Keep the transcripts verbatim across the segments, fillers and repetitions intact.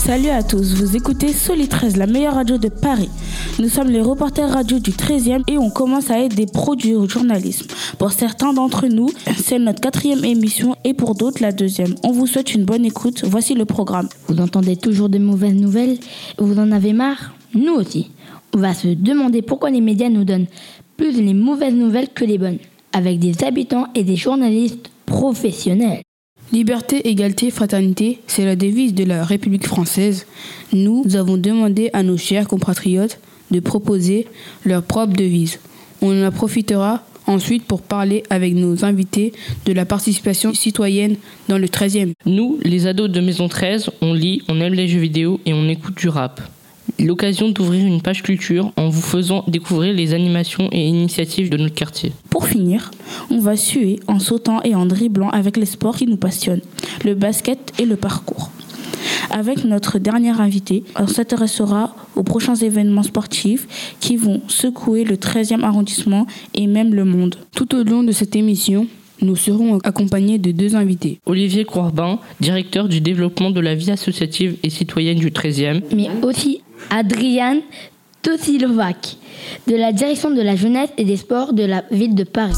Salut à tous, vous écoutez Soli treize, la meilleure radio de Paris. Nous sommes les reporters radio du treizième et on commence à être des pros du journalisme. Pour certains d'entre nous, c'est notre quatrième émission et pour d'autres la deuxième. On vous souhaite une bonne écoute, voici le programme. Vous entendez toujours de mauvaises nouvelles? Vous en avez marre? Nous aussi. On va se demander pourquoi les médias nous donnent plus les mauvaises nouvelles que les bonnes, avec des habitants et des journalistes professionnels. Liberté, égalité, fraternité, c'est la devise de la République française. Nous avons demandé à nos chers compatriotes de proposer leur propre devise. On en profitera ensuite pour parler avec nos invités de la participation citoyenne dans le treizième. Nous, les ados de Maison treize, on lit, on aime les jeux vidéo et on écoute du rap. L'occasion d'ouvrir une page culture en vous faisant découvrir les animations et initiatives de notre quartier. Pour finir, on va suer en sautant et en dribblant avec les sports qui nous passionnent, le basket et le parcours. Avec notre dernier invité, on s'intéressera aux prochains événements sportifs qui vont secouer le treizième arrondissement et même le monde. Tout au long de cette émission, nous serons accompagnés de deux invités. Olivier Corbin, directeur du développement de la vie associative et citoyenne du treizième. Mais aussi Adrian Tosilovac, de la direction de la jeunesse et des sports de la ville de Paris.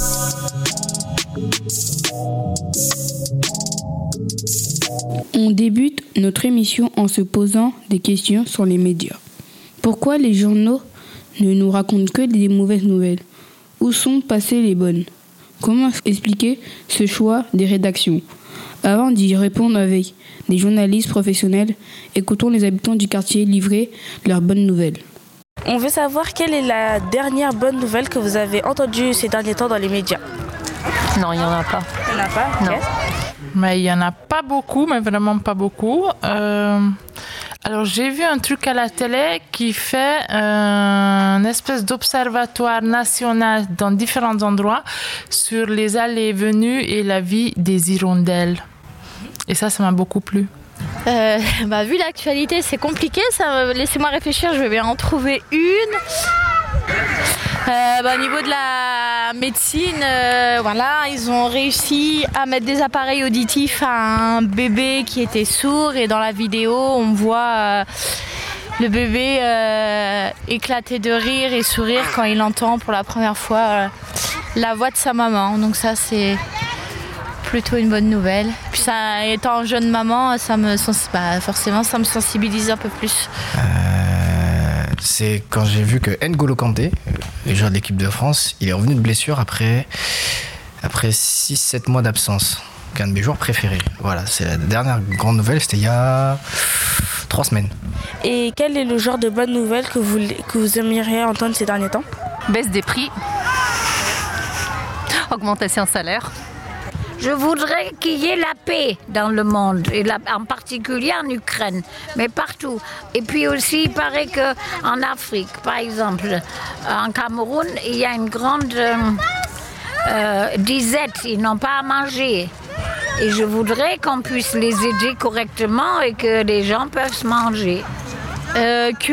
On débute notre émission en se posant des questions sur les médias. Pourquoi les journaux ne nous racontent que des mauvaises nouvelles? Où sont passées les bonnes? Comment expliquer ce choix des rédactions? Avant d'y répondre avec des journalistes professionnels, écoutons les habitants du quartier livrer leurs bonnes nouvelles. On veut savoir quelle est la dernière bonne nouvelle que vous avez entendue ces derniers temps dans les médias. Non, il n'y en a pas. Il n'y en a pas? Non. Okay. Mais il n'y en a pas beaucoup, mais vraiment pas beaucoup. Euh, alors, j'ai vu un truc à la télé qui fait euh, une espèce d'observatoire national dans différents endroits sur les allées et venues et la vie des hirondelles. Et ça, ça m'a beaucoup plu. Euh, bah, vu l'actualité, c'est compliqué. Ça, laissez-moi réfléchir, je vais bien en trouver une. Euh, bah, au niveau de la médecine, euh, voilà, ils ont réussi à mettre des appareils auditifs à un bébé qui était sourd et dans la vidéo, on voit euh, le bébé euh, éclater de rire et sourire quand il entend pour la première fois euh, la voix de sa maman. Donc ça, c'est plutôt une bonne nouvelle. Puis ça, étant jeune maman, ça me sens- bah, forcément, ça me sensibilise un peu plus. Euh, c'est quand j'ai vu que N'Golo Kanté, le joueur de l'équipe de France, il est revenu de blessure après, après six sept mois d'absence. C'est un de mes joueurs préférés. Voilà, c'est la dernière grande nouvelle, c'était il y a trois semaines. Et quel est le genre de bonne nouvelle que vous, que vous aimeriez entendre ces derniers temps? Baisse des prix, augmentation de salaire. Je voudrais qu'il y ait la paix dans le monde, et la, en particulier en Ukraine, mais partout. Et puis aussi, il paraît qu'en Afrique, par exemple, en Cameroun, il y a une grande euh, euh, disette, ils n'ont pas à manger. Et je voudrais qu'on puisse les aider correctement et que les gens peuvent se manger. Euh, que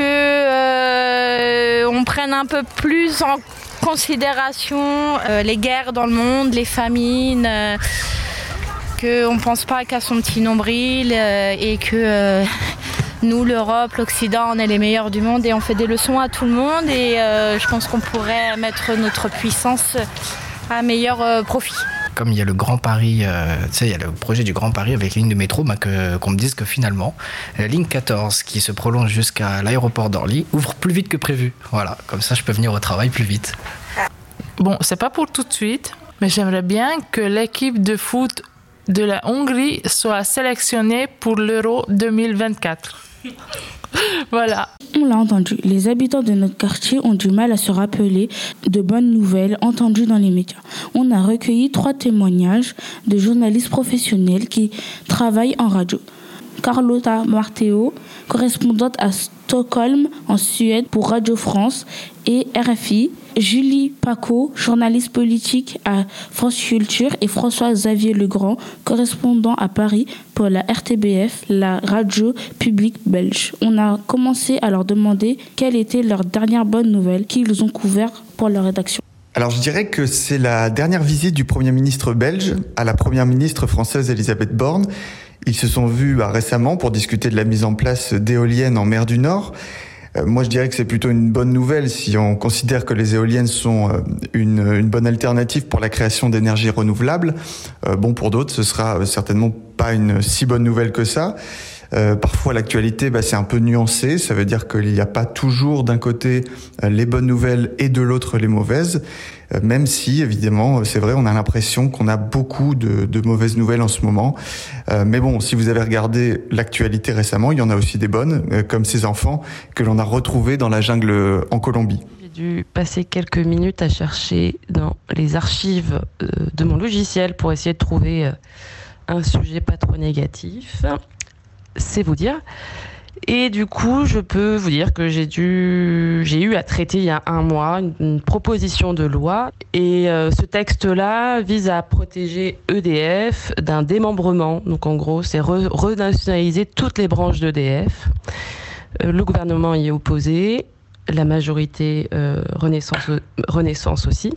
euh, on prenne un peu plus en considération euh, les guerres dans le monde, les famines, euh, qu'on ne pense pas qu'à son petit nombril euh, et que euh, nous, l'Europe, l'Occident, on est les meilleurs du monde et on fait des leçons à tout le monde et euh, je pense qu'on pourrait mettre notre puissance à meilleur euh, profit. Comme il y a le Grand Paris, euh, tu sais, il y a le projet du Grand Paris avec ligne de métro, bah, que, qu'on me dise que finalement, la ligne quatorze qui se prolonge jusqu'à l'aéroport d'Orly ouvre plus vite que prévu. Voilà, comme ça je peux venir au travail plus vite. Bon, c'est pas pour tout de suite, mais j'aimerais bien que l'équipe de foot de la Hongrie soit sélectionnée pour l'Euro deux mille vingt-quatre. Voilà. On l'a entendu, les habitants de notre quartier ont du mal à se rappeler de bonnes nouvelles entendues dans les médias. On a recueilli trois témoignages de journalistes professionnels qui travaillent en radio. Carlotta Marteo, correspondante à Stockholm en Suède pour Radio France et R F I, Julie Paco, journaliste politique à France Culture et François-Xavier Legrand, correspondant à Paris pour la R T B F, la radio publique belge. On a commencé à leur demander quelle était leur dernière bonne nouvelle qu'ils ont couvert pour leur rédaction. Alors je dirais que c'est la dernière visite du Premier ministre belge à la Première ministre française Elisabeth Borne. Ils se sont vus bah, récemment pour discuter de la mise en place d'éoliennes en mer du Nord. Euh, moi, je dirais que c'est plutôt une bonne nouvelle si on considère que les éoliennes sont euh, une, une bonne alternative pour la création d'énergie renouvelable. Euh, bon, pour d'autres, ce sera certainement pas une si bonne nouvelle que ça. Euh, parfois, l'actualité, bah, c'est un peu nuancé. Ça veut dire qu'il n'y a pas toujours d'un côté euh, les bonnes nouvelles et de l'autre les mauvaises. Euh, même si, évidemment, c'est vrai, on a l'impression qu'on a beaucoup de, de mauvaises nouvelles en ce moment. Euh, mais bon, si vous avez regardé l'actualité récemment, il y en a aussi des bonnes, euh, comme ces enfants que l'on a retrouvés dans la jungle en Colombie. J'ai dû passer quelques minutes à chercher dans les archives euh, de mon logiciel pour essayer de trouver euh, un sujet pas trop négatif. C'est vous dire. Et du coup, je peux vous dire que j'ai dû, j'ai eu à traiter il y a un mois une, une proposition de loi. Et euh, ce texte-là vise à protéger E D F d'un démembrement. Donc en gros, c'est re- renationaliser toutes les branches d'E D F. Euh, le gouvernement y est opposé, la majorité euh, Renaissance, Renaissance aussi.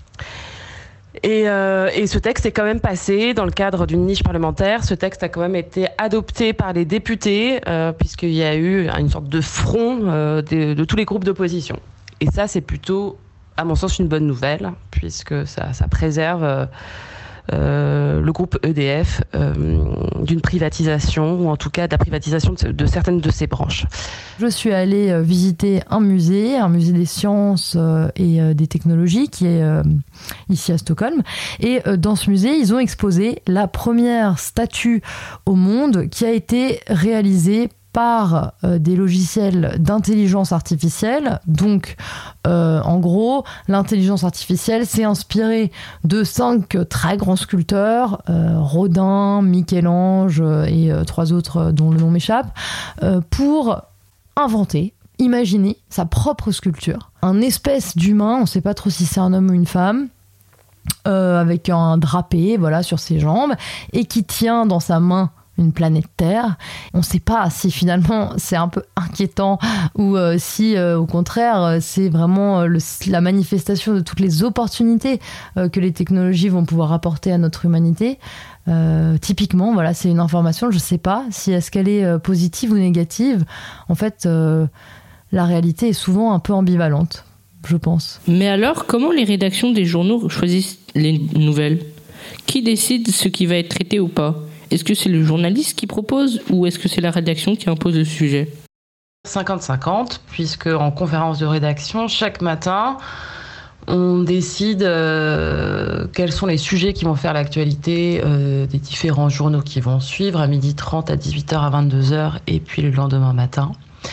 Et, euh, et ce texte est quand même passé dans le cadre d'une niche parlementaire. Ce texte a quand même été adopté par les députés, euh, puisqu'il y a eu une sorte de front euh, de, de tous les groupes d'opposition. Et ça, c'est plutôt, à mon sens, une bonne nouvelle, puisque ça, ça préserve euh, euh, le groupe E D F euh, d'une privatisation, ou en tout cas de la privatisation de, de certaines de ses branches. Je suis allée visiter un musée, un musée des sciences et des technologies qui est ici à Stockholm. Et dans ce musée, ils ont exposé la première statue au monde qui a été réalisée par euh, des logiciels d'intelligence artificielle. Donc, euh, en gros, l'intelligence artificielle s'est inspirée de cinq très grands sculpteurs, euh, Rodin, Michel-Ange et euh, trois autres dont le nom m'échappe, euh, pour inventer, imaginer sa propre sculpture. Un espèce d'humain, on ne sait pas trop si c'est un homme ou une femme, euh, avec un drapé voilà, sur ses jambes, et qui tient dans sa main une planète Terre. On ne sait pas si finalement c'est un peu inquiétant ou euh, si euh, au contraire c'est vraiment euh, le, la manifestation de toutes les opportunités euh, que les technologies vont pouvoir apporter à notre humanité. Euh, typiquement, voilà, c'est une information, je ne sais pas si est-ce qu'elle est euh, positive ou négative. En fait, euh, la réalité est souvent un peu ambivalente, je pense. Mais alors, comment les rédactions des journaux choisissent les nouvelles ? Qui décide ce qui va être traité ou pas ? Est-ce que c'est le journaliste qui propose ou est-ce que c'est la rédaction qui impose le sujet ? cinquante cinquante, puisque en conférence de rédaction, chaque matin, on décide euh, quels sont les sujets qui vont faire l'actualité euh, des différents journaux qui vont suivre à midi trente, à dix-huit heures, à vingt-deux heures et puis le lendemain matin.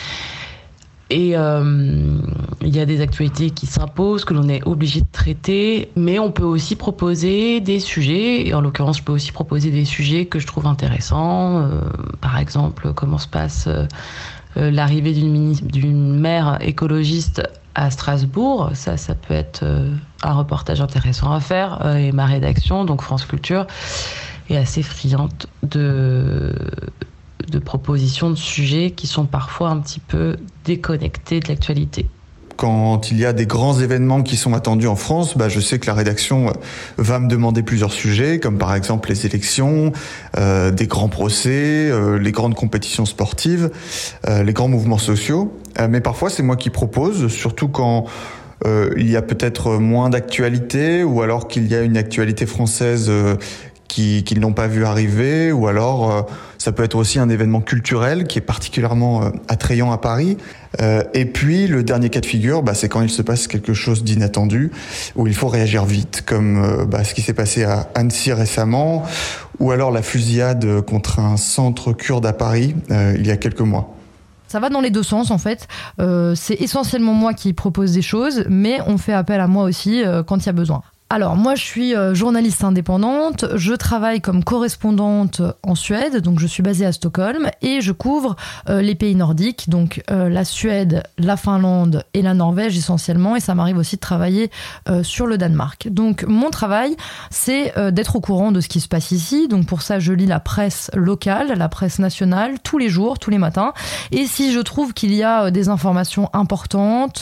Et euh, il y a des actualités qui s'imposent, que l'on est obligé de traiter, mais on peut aussi proposer des sujets, et en l'occurrence, je peux aussi proposer des sujets que je trouve intéressants. Euh, par exemple, comment se passe euh, l'arrivée d'une, mini- d'une maire écologiste à Strasbourg. Ça, ça peut être euh, un reportage intéressant à faire. Euh, et ma rédaction, donc France Culture, est assez friande de... de propositions de sujets qui sont parfois un petit peu déconnectés de l'actualité. Quand il y a des grands événements qui sont attendus en France, bah je sais que la rédaction va me demander plusieurs sujets, comme par exemple les élections, euh, des grands procès, euh, les grandes compétitions sportives, euh, les grands mouvements sociaux. Euh, mais parfois, c'est moi qui propose, surtout quand euh, il y a peut-être moins d'actualité, ou alors qu'il y a une actualité française euh, qui qu'ils n'ont pas vu arriver, ou alors euh, ça peut être aussi un événement culturel qui est particulièrement euh, attrayant à Paris. Euh, et puis le dernier cas de figure, bah, c'est quand il se passe quelque chose d'inattendu, où il faut réagir vite, comme euh, bah, ce qui s'est passé à Annecy récemment, ou alors la fusillade contre un centre kurde à Paris euh, il y a quelques mois. Ça va dans les deux sens en fait. Euh, c'est essentiellement moi qui propose des choses, mais on fait appel à moi aussi euh, quand il y a besoin. Alors, moi, je suis journaliste indépendante, je travaille comme correspondante en Suède, donc je suis basée à Stockholm, et je couvre euh, les pays nordiques, donc euh, la Suède, la Finlande et la Norvège essentiellement, et ça m'arrive aussi de travailler euh, sur le Danemark. Donc, mon travail, c'est euh, d'être au courant de ce qui se passe ici, donc pour ça, je lis la presse locale, la presse nationale, tous les jours, tous les matins, et si je trouve qu'il y a des informations importantes,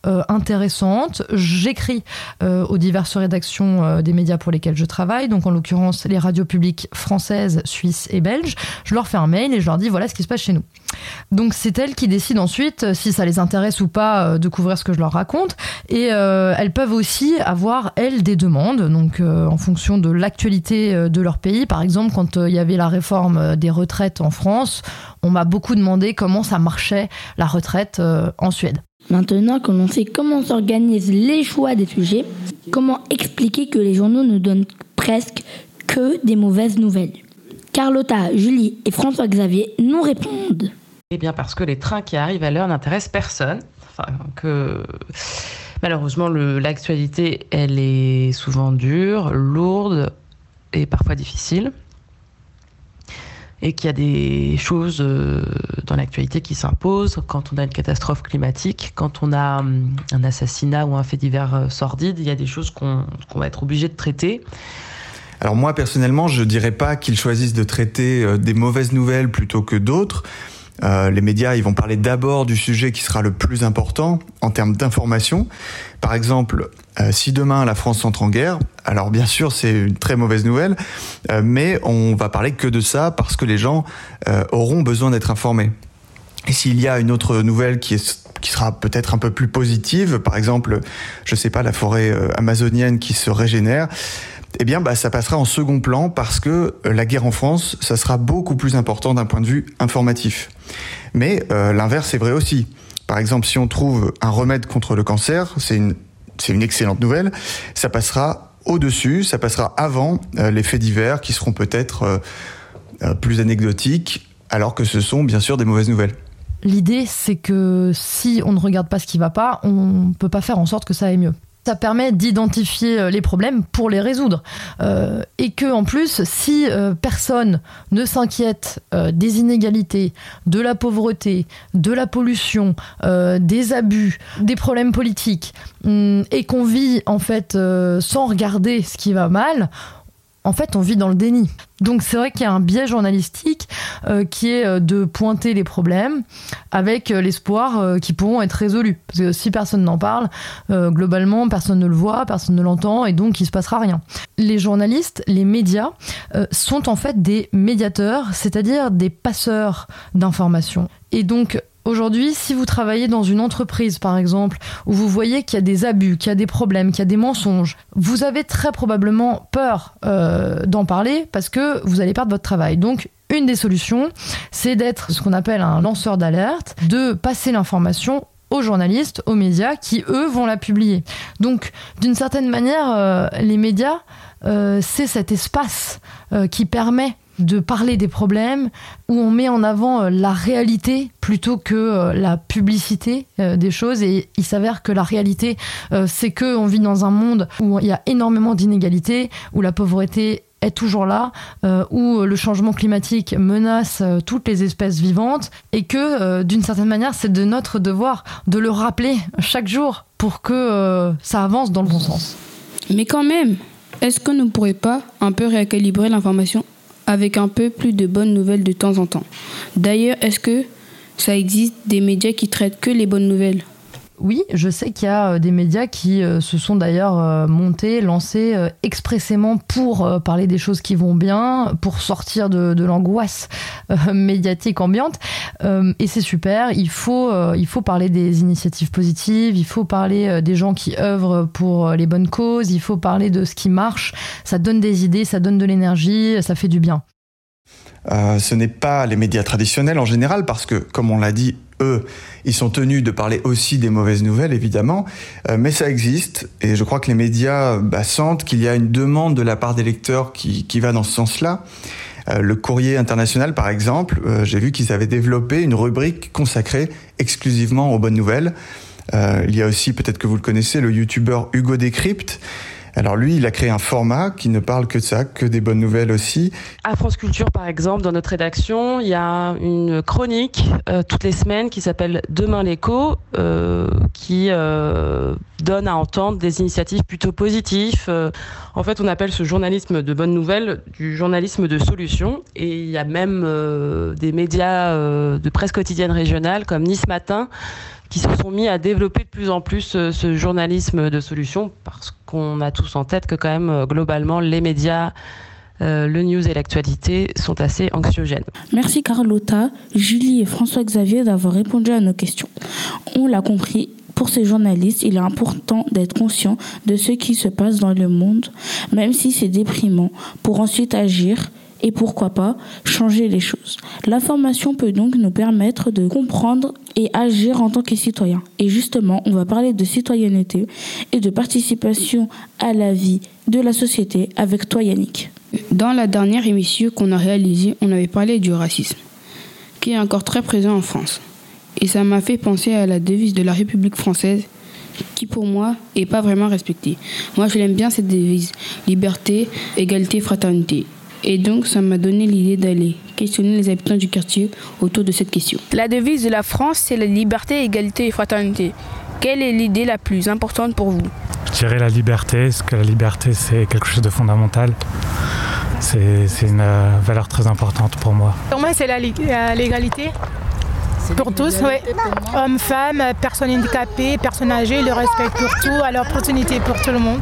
euh, intéressantes. J'écris euh, aux diverses rédactions euh, des médias pour lesquels je travaille, donc en l'occurrence les radios publiques françaises, suisses et belges. Je leur fais un mail et je leur dis voilà ce qui se passe chez nous. Donc c'est elles qui décident ensuite si ça les intéresse ou pas euh, de couvrir ce que je leur raconte. Et euh, elles peuvent aussi avoir, elles, des demandes, donc euh, en fonction de l'actualité euh, de leur pays. Par exemple, quand euh, il y avait la réforme euh, des retraites en France, on m'a beaucoup demandé comment ça marchait la retraite euh, en Suède. Maintenant que l'on sait comment s'organisent les choix des sujets, comment expliquer que les journaux ne donnent presque que des mauvaises nouvelles ? Carlotta, Julie et François-Xavier nous répondent. Eh bien parce que les trains qui arrivent à l'heure n'intéressent personne. Enfin, que malheureusement le, l'actualité elle est souvent dure, lourde et parfois difficile. Et qu'il y a des choses euh, dans l'actualité qui s'imposent quand on a une catastrophe climatique, quand on a hum, un assassinat ou un fait divers euh, sordide, il y a des choses qu'on, qu'on va être obligé de traiter. Alors moi, personnellement, je dirais pas qu'ils choisissent de traiter euh, des mauvaises nouvelles plutôt que d'autres. Euh, les médias, ils vont parler d'abord du sujet qui sera le plus important en termes d'information. Par exemple, euh, si demain la France entre en guerre, alors bien sûr c'est une très mauvaise nouvelle, euh, mais on va parler que de ça parce que les gens euh, auront besoin d'être informés. Et s'il y a une autre nouvelle qui est qui sera peut-être un peu plus positive, par exemple, je sais pas, la forêt euh, amazonienne qui se régénère, eh bien, bah, ça passera en second plan parce que la guerre en France, ça sera beaucoup plus important d'un point de vue informatif. Mais euh, l'inverse est vrai aussi. Par exemple, si on trouve un remède contre le cancer, c'est une, c'est une excellente nouvelle, ça passera au-dessus, ça passera avant euh, les faits divers qui seront peut-être euh, euh, plus anecdotiques, alors que ce sont bien sûr des mauvaises nouvelles. L'idée, c'est que si on ne regarde pas ce qui ne va pas, on ne peut pas faire en sorte que ça aille mieux. Ça permet d'identifier les problèmes pour les résoudre. Euh, et que, en plus, si euh, personne ne s'inquiète euh, des inégalités, de la pauvreté, de la pollution, euh, des abus, des problèmes politiques, hum, et qu'on vit, en fait, euh, sans regarder ce qui va mal, en fait, on vit dans le déni. Donc c'est vrai qu'il y a un biais journalistique euh, qui est de pointer les problèmes avec euh, l'espoir euh, qu'ils pourront être résolus. Parce que si personne n'en parle, euh, globalement, personne ne le voit, personne ne l'entend, et donc il ne se passera rien. Les journalistes, les médias, euh, sont en fait des médiateurs, c'est-à-dire des passeurs d'informations. Et donc, aujourd'hui, si vous travaillez dans une entreprise, par exemple, où vous voyez qu'il y a des abus, qu'il y a des problèmes, qu'il y a des mensonges, vous avez très probablement peur euh, d'en parler parce que vous allez perdre votre travail. Donc, une des solutions, c'est d'être ce qu'on appelle un lanceur d'alerte, de passer l'information aux journalistes, aux médias, qui, eux, vont la publier. Donc, d'une certaine manière, euh, les médias, euh, c'est cet espace euh, qui permet de parler des problèmes, où on met en avant la réalité plutôt que la publicité des choses. Et il s'avère que la réalité, c'est qu'on vit dans un monde où il y a énormément d'inégalités, où la pauvreté est toujours là, où le changement climatique menace toutes les espèces vivantes, et que, d'une certaine manière, c'est de notre devoir de le rappeler chaque jour pour que ça avance dans le bon sens. Mais quand même, est-ce qu'on ne pourrait pas un peu rééquilibrer l'information avec un peu plus de bonnes nouvelles de temps en temps? D'ailleurs, est-ce que ça existe des médias qui traitent que les bonnes nouvelles? Oui, je sais qu'il y a des médias qui euh, se sont d'ailleurs euh, montés, lancés euh, expressément pour euh, parler des choses qui vont bien, pour sortir de, de l'angoisse euh, médiatique ambiante. Euh, et c'est super, il faut, euh, il faut parler des initiatives positives, il faut parler euh, des gens qui œuvrent pour euh, les bonnes causes, il faut parler de ce qui marche. Ça donne des idées, ça donne de l'énergie, ça fait du bien. Euh, ce n'est pas les médias traditionnels en général, parce que, comme on l'a dit, eux, ils sont tenus de parler aussi des mauvaises nouvelles, évidemment, euh, mais ça existe, et je crois que les médias bah, sentent qu'il y a une demande de la part des lecteurs qui, qui va dans ce sens-là. Euh, le Courrier international, par exemple, euh, j'ai vu qu'ils avaient développé une rubrique consacrée exclusivement aux bonnes nouvelles. Euh, il y a aussi, peut-être que vous le connaissez, le youtubeur Hugo Décrypte. Alors lui, il a créé un format qui ne parle que de ça, que des bonnes nouvelles aussi. À France Culture, par exemple, dans notre rédaction, il y a une chronique euh, toutes les semaines qui s'appelle Demain l'écho, euh, qui euh, donne à entendre des initiatives plutôt positives. Euh, en fait, on appelle ce journalisme de bonnes nouvelles du journalisme de solution. Et il y a même euh, des médias euh, de presse quotidienne régionale comme Nice Matin qui se sont mis à développer de plus en plus euh, ce journalisme de solution, parce qu'on a tous en tête que quand même, euh, globalement, les médias, euh, le news et l'actualité sont assez anxiogènes. Merci Carlotta, Julie et François-Xavier d'avoir répondu à nos questions. On l'a compris, pour ces journalistes, il est important d'être conscient de ce qui se passe dans le monde, même si c'est déprimant, pour ensuite agir et pourquoi pas changer les choses. L'information peut donc nous permettre de comprendre et agir en tant que citoyens. Et justement, on va parler de citoyenneté et de participation à la vie de la société avec toi Yannick. Dans la dernière émission qu'on a réalisée, on avait parlé du racisme, qui est encore très présent en France. Et ça m'a fait penser à la devise de la République française, qui pour moi n'est pas vraiment respectée. Moi je l'aime bien cette devise, liberté, égalité, fraternité. Et donc ça m'a donné l'idée d'aller questionner les habitants du quartier autour de cette question. La devise de la France, c'est la liberté, égalité et fraternité. Quelle est l'idée la plus importante pour vous ? Je dirais la liberté, parce que la liberté c'est quelque chose de fondamental. C'est, c'est une euh, valeur très importante pour moi. Pour moi c'est la, euh, l'égalité. Pour tous, oui. Hommes, femmes, personnes handicapées, personnes âgées, le respect pour tout, à l'opportunité pour tout le monde.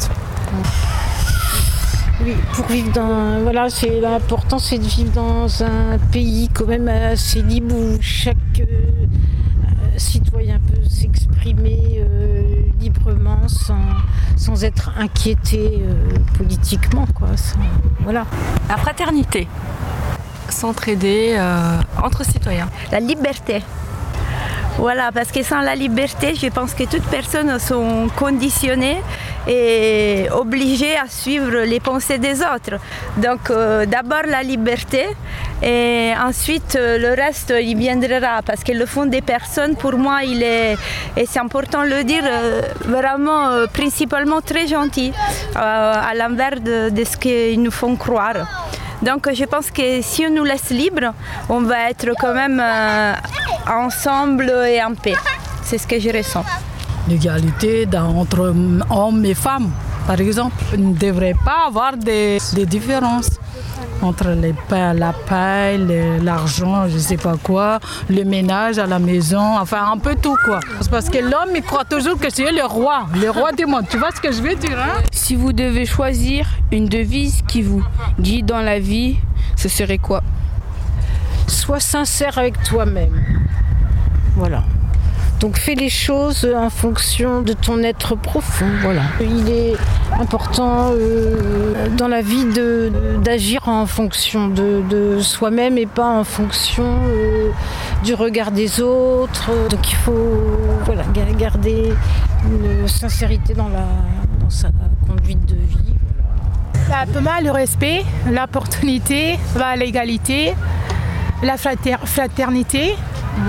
Oui, pour vivre dans... Voilà, c'est, l'important c'est de vivre dans un pays quand même assez libre où chaque euh, citoyen peut s'exprimer euh, librement sans, sans être inquiété euh, politiquement, quoi. Sans, voilà. La fraternité. S'entraider euh, entre citoyens. La liberté. Voilà, parce que sans la liberté, je pense que toutes personnes sont conditionnées et obligées à suivre les pensées des autres. Donc euh, d'abord la liberté et ensuite euh, le reste il viendra, parce que le fond des personnes pour moi il est, et c'est important de le dire, euh, vraiment euh, principalement très gentil, euh, à l'envers de, de ce qu'ils nous font croire. Donc je pense que si on nous laisse libres, on va être quand même euh, ensemble et en paix. C'est ce que je ressens. L'égalité entre hommes et femmes, par exemple. Il ne devrait pas avoir des, des différences entre les pa- la paille, l'argent, je ne sais pas quoi, le ménage à la maison, enfin un peu tout quoi. C'est parce que l'homme il croit toujours que c'est le roi, le roi du monde. Tu vois ce que je veux dire hein? Si vous devez choisir une devise qui vous dit dans la vie, ce serait quoi ? Sois sincère avec toi-même. Voilà. Donc fais les choses en fonction de ton être profond. Voilà. Il est important euh, dans la vie de, d'agir en fonction de, de soi-même et pas en fonction euh, du regard des autres. Donc il faut voilà, garder une sincérité dans, la, dans sa conduite de vie. Voilà. Pour moi, le respect, l'opportunité, l'égalité, la frater- fraternité.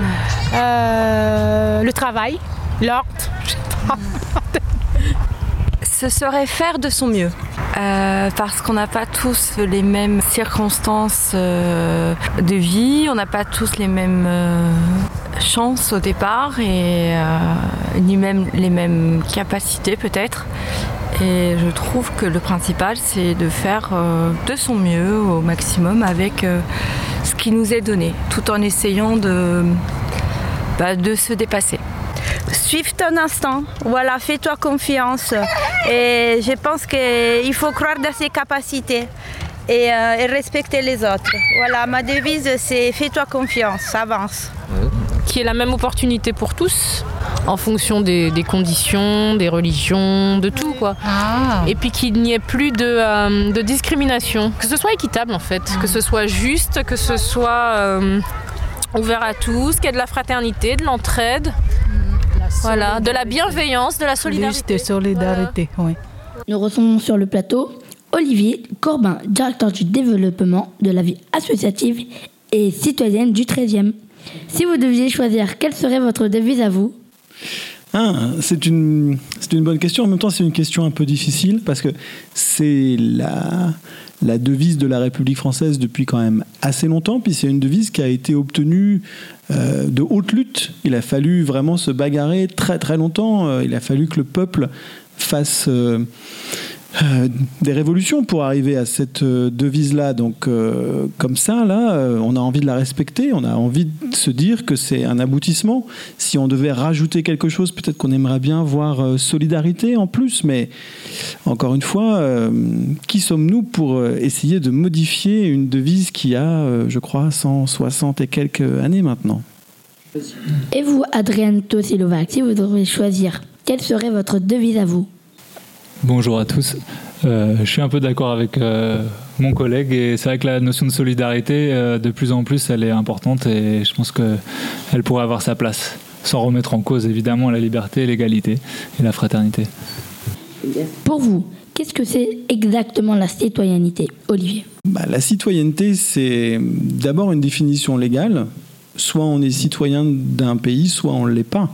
Euh, le travail, l'ordre, je sais pas. Ce serait faire de son mieux. Euh, parce qu'on n'a pas tous les mêmes circonstances euh, de vie, on n'a pas tous les mêmes euh, chances au départ, et euh, ni même les mêmes capacités peut-être. Et je trouve que le principal, c'est de faire euh, de son mieux au maximum avec euh, ce qui nous est donné, tout en essayant de, bah, de se dépasser. Suive ton instinct, voilà, fais-toi confiance. Et je pense qu'il faut croire dans ses capacités et, euh, et respecter les autres. Voilà, ma devise, c'est fais-toi confiance, avance. Qui est la même opportunité pour tous, en fonction des, des conditions, des religions, de tout quoi. Ah. Et puis qu'il n'y ait plus de, euh, de discrimination, que ce soit équitable en fait, ah. que ce soit juste, que ce soit euh, ouvert à tous, qu'il y ait de la fraternité, de l'entraide, voilà, de la bienveillance, de la solidarité. Juste solidarité, voilà. Oui. Nous recevons sur le plateau Olivier Corbin, directeur du développement de la vie associative et citoyenne du treizième. Si vous deviez choisir, quelle serait votre devise à vous ? Ah, c'est une, c'est une bonne question. En même temps, c'est une question un peu difficile parce que c'est la, la devise de la République française depuis quand même assez longtemps. Puis c'est une devise qui a été obtenue euh, de haute lutte. Il a fallu vraiment se bagarrer très très longtemps. Il a fallu que le peuple fasse... Euh, euh, des révolutions pour arriver à cette euh, devise-là. Donc, euh, comme ça, là, euh, on a envie de la respecter, on a envie de se dire que c'est un aboutissement. Si on devait rajouter quelque chose, peut-être qu'on aimerait bien voir euh, solidarité en plus, mais encore une fois, euh, qui sommes-nous pour euh, essayer de modifier une devise qui a, euh, je crois, cent soixante et quelques années maintenant? Et vous, Adrian Tosilovac, si vous devrez choisir, quelle serait votre devise à vous? Bonjour à tous. Euh, je suis un peu d'accord avec euh, mon collègue et c'est vrai que la notion de solidarité, euh, de plus en plus, elle est importante et je pense qu'elle pourrait avoir sa place, sans remettre en cause évidemment la liberté, l'égalité et la fraternité. Pour vous, qu'est-ce que c'est exactement la citoyenneté, Olivier? Bah, la citoyenneté, c'est d'abord une définition légale. Soit on est citoyen d'un pays, soit on ne l'est pas.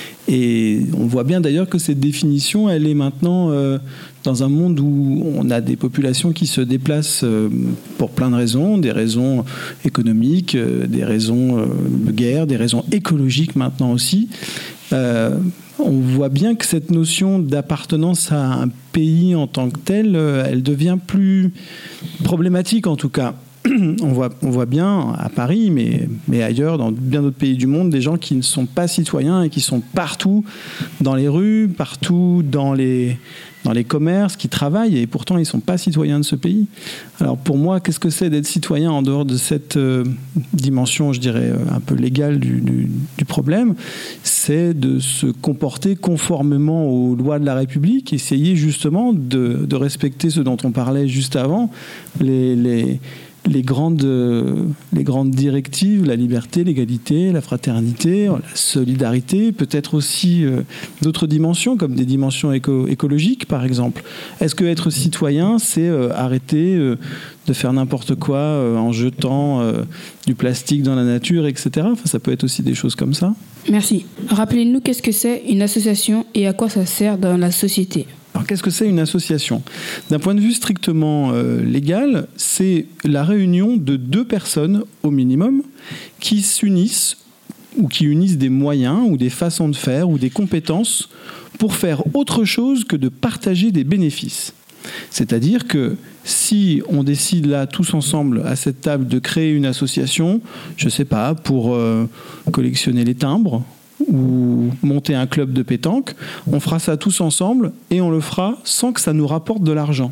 Et on voit bien d'ailleurs que cette définition, elle est maintenant euh, dans un monde où on a des populations qui se déplacent euh, pour plein de raisons, des raisons économiques, euh, des raisons euh, de guerre, des raisons écologiques maintenant aussi. Euh, on voit bien que cette notion d'appartenance à un pays en tant que tel, euh, elle devient plus problématique en tout cas. On voit, on voit bien à Paris, mais, mais ailleurs, dans bien d'autres pays du monde, des gens qui ne sont pas citoyens et qui sont partout dans les rues, partout dans les, dans les commerces, qui travaillent et pourtant ils ne sont pas citoyens de ce pays. Alors pour moi, qu'est-ce que c'est d'être citoyen en dehors de cette euh, dimension, je dirais, un peu légale du, du, du problème? C'est de se comporter conformément aux lois de la République, essayer justement de, de respecter ce dont on parlait juste avant, les... les Les grandes, les grandes directives, la liberté, l'égalité, la fraternité, la solidarité, peut-être aussi euh, d'autres dimensions, comme des dimensions éco- écologiques, par exemple. Est-ce que être citoyen, c'est euh, arrêter euh, de faire n'importe quoi euh, en jetant euh, du plastique dans la nature, et cetera. Enfin, ça peut être aussi des choses comme ça. Merci. Rappelez-nous qu'est-ce que c'est une association et à quoi ça sert dans la société. Alors, qu'est-ce que c'est une association? D'un point de vue strictement euh, légal, c'est la réunion de deux personnes au minimum qui s'unissent ou qui unissent des moyens ou des façons de faire ou des compétences pour faire autre chose que de partager des bénéfices. C'est-à-dire que si on décide là tous ensemble à cette table de créer une association, je ne sais pas, pour euh, collectionner les timbres, ou monter un club de pétanque, on fera ça tous ensemble et on le fera sans que ça nous rapporte de l'argent.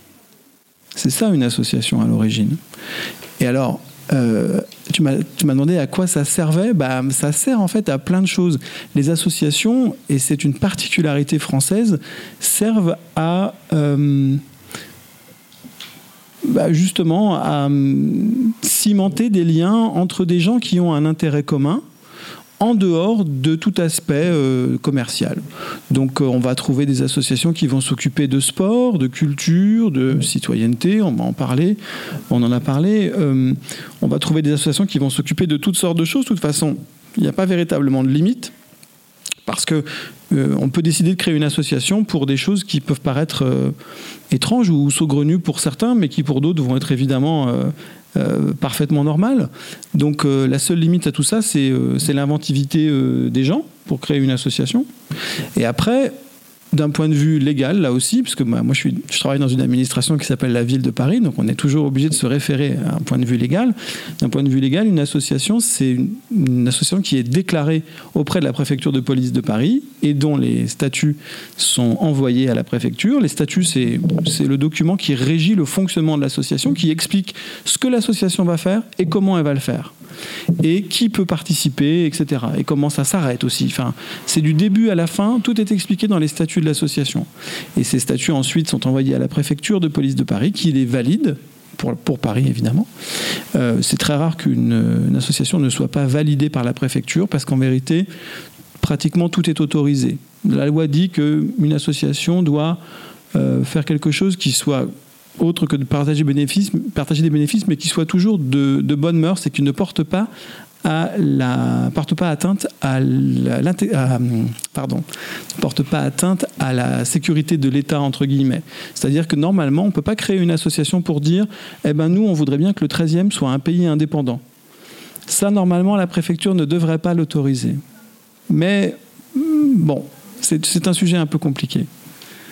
C'est ça une association à l'origine. Et alors, euh, tu m'as, tu m'as demandé à quoi ça servait. Bah, ça sert en fait à plein de choses. Les associations, et c'est une particularité française, servent à... Euh, bah justement à um, cimenter des liens entre des gens qui ont un intérêt commun en dehors de tout aspect euh, commercial. Donc euh, on va trouver des associations qui vont s'occuper de sport, de culture, de citoyenneté, on va en parler, on en a parlé. Euh, on va trouver des associations qui vont s'occuper de toutes sortes de choses. De toute façon, il n'y a pas véritablement de limite, parce que euh, on peut décider de créer une association pour des choses qui peuvent paraître euh, étranges ou saugrenues pour certains, mais qui pour d'autres vont être évidemment euh, euh, parfaitement normales. Donc euh, la seule limite à tout ça, c'est, euh, c'est l'inventivité euh, des gens pour créer une association. Et après, d'un point de vue légal, là aussi, parce que moi, moi je, suis, je travaille dans une administration qui s'appelle la Ville de Paris, donc on est toujours obligé de se référer à un point de vue légal. D'un point de vue légal, une association, c'est une, une association qui est déclarée auprès de la préfecture de police de Paris et dont les statuts sont envoyés à la préfecture. Les statuts, c'est, c'est le document qui régit le fonctionnement de l'association, qui explique ce que l'association va faire et comment elle va le faire. Et qui peut participer, et cetera. Et comment ça s'arrête aussi. Enfin, c'est du début à la fin, tout est expliqué dans les statuts de l'association. Et ces statuts ensuite sont envoyés à la préfecture de police de Paris, qui les valide, pour, pour Paris évidemment. Euh, c'est très rare qu'une une association ne soit pas validée par la préfecture, parce qu'en vérité, pratiquement tout est autorisé. La loi dit qu'une association doit euh, faire quelque chose qui soit autre que de partager, bénéfices, partager des bénéfices, mais qui soit toujours de, de bonnes mœurs et qui ne porte pas à la porte pas atteinte à la, à, pardon porte pas atteinte à la sécurité de l'État entre guillemets. C'est-à-dire que normalement on peut pas créer une association pour dire eh ben nous on voudrait bien que le treizième soit un pays indépendant. Ça normalement la préfecture ne devrait pas l'autoriser. Mais bon, c'est, c'est un sujet un peu compliqué.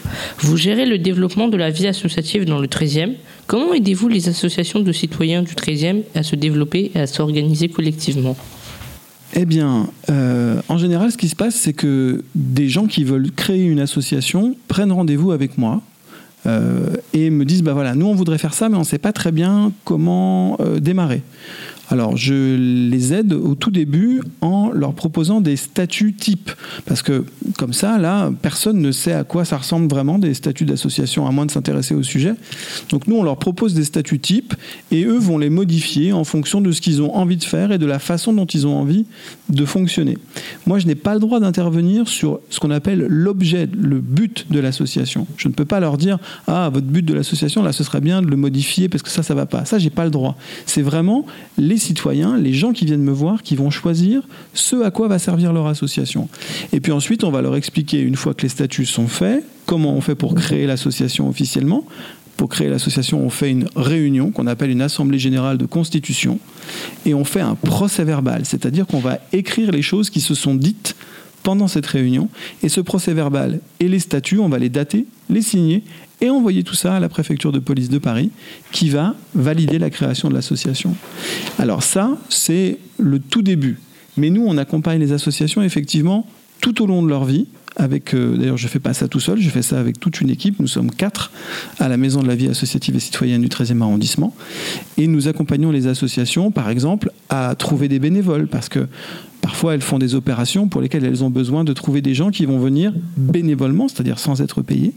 Vous gérez le développement de la vie associative dans le treizième. Comment aidez-vous les associations de citoyens du treizième à se développer et à s'organiser collectivement ? Eh bien, euh, en général, ce qui se passe, c'est que des gens qui veulent créer une association prennent rendez-vous avec moi euh, et me disent, bah voilà, nous on voudrait faire ça, mais on ne sait pas très bien comment euh, démarrer. Alors, je les aide au tout début en leur proposant des statuts types. Parce que, comme ça, là, personne ne sait à quoi ça ressemble vraiment, des statuts d'association, à moins de s'intéresser au sujet. Donc, nous, on leur propose des statuts types et eux vont les modifier en fonction de ce qu'ils ont envie de faire et de la façon dont ils ont envie de fonctionner. Moi, je n'ai pas le droit d'intervenir sur ce qu'on appelle l'objet, le but de l'association. Je ne peux pas leur dire « Ah, votre but de l'association, là, ce serait bien de le modifier parce que ça, ça ne va pas. » Ça, je n'ai pas le droit. C'est vraiment les citoyens, les gens qui viennent me voir, qui vont choisir ce à quoi va servir leur association. Et puis ensuite, on va leur expliquer, une fois que les statuts sont faits, comment on fait pour créer l'association officiellement. Pour créer l'association, on fait une réunion qu'on appelle une assemblée générale de constitution et on fait un procès-verbal, c'est-à-dire qu'on va écrire les choses qui se sont dites pendant cette réunion et ce procès-verbal et les statuts, on va les dater, les signer et envoyer tout ça à la préfecture de police de Paris qui va valider la création de l'association. Alors ça, c'est le tout début. Mais nous, on accompagne les associations effectivement tout au long de leur vie. Avec, euh, d'ailleurs, je ne fais pas ça tout seul, je fais ça avec toute une équipe. Nous sommes quatre à la Maison de la vie associative et citoyenne du treizième arrondissement. Et nous accompagnons les associations, par exemple, à trouver des bénévoles. Parce que parfois, elles font des opérations pour lesquelles elles ont besoin de trouver des gens qui vont venir bénévolement, c'est-à-dire sans être payés,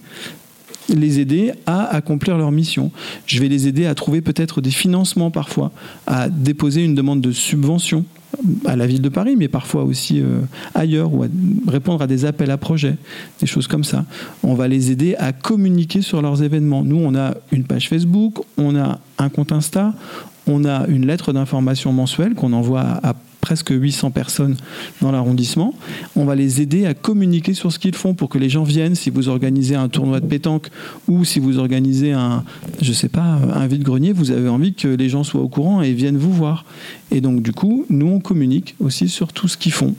les aider à accomplir leur mission. Je vais les aider à trouver peut-être des financements parfois, à déposer une demande de subvention à la ville de Paris, mais parfois aussi euh, ailleurs, ou à répondre à des appels à projets, des choses comme ça. On va les aider à communiquer sur leurs événements. Nous, on a une page Facebook, on a un compte Insta, on a une lettre d'information mensuelle qu'on envoie à, à presque huit cents personnes dans l'arrondissement. On va les aider à communiquer sur ce qu'ils font pour que les gens viennent. Si vous organisez un tournoi de pétanque ou si vous organisez un, je sais pas, un vide-grenier, vous avez envie que les gens soient au courant et viennent vous voir. Et donc, du coup, nous, on communique aussi sur tout ce qu'ils font.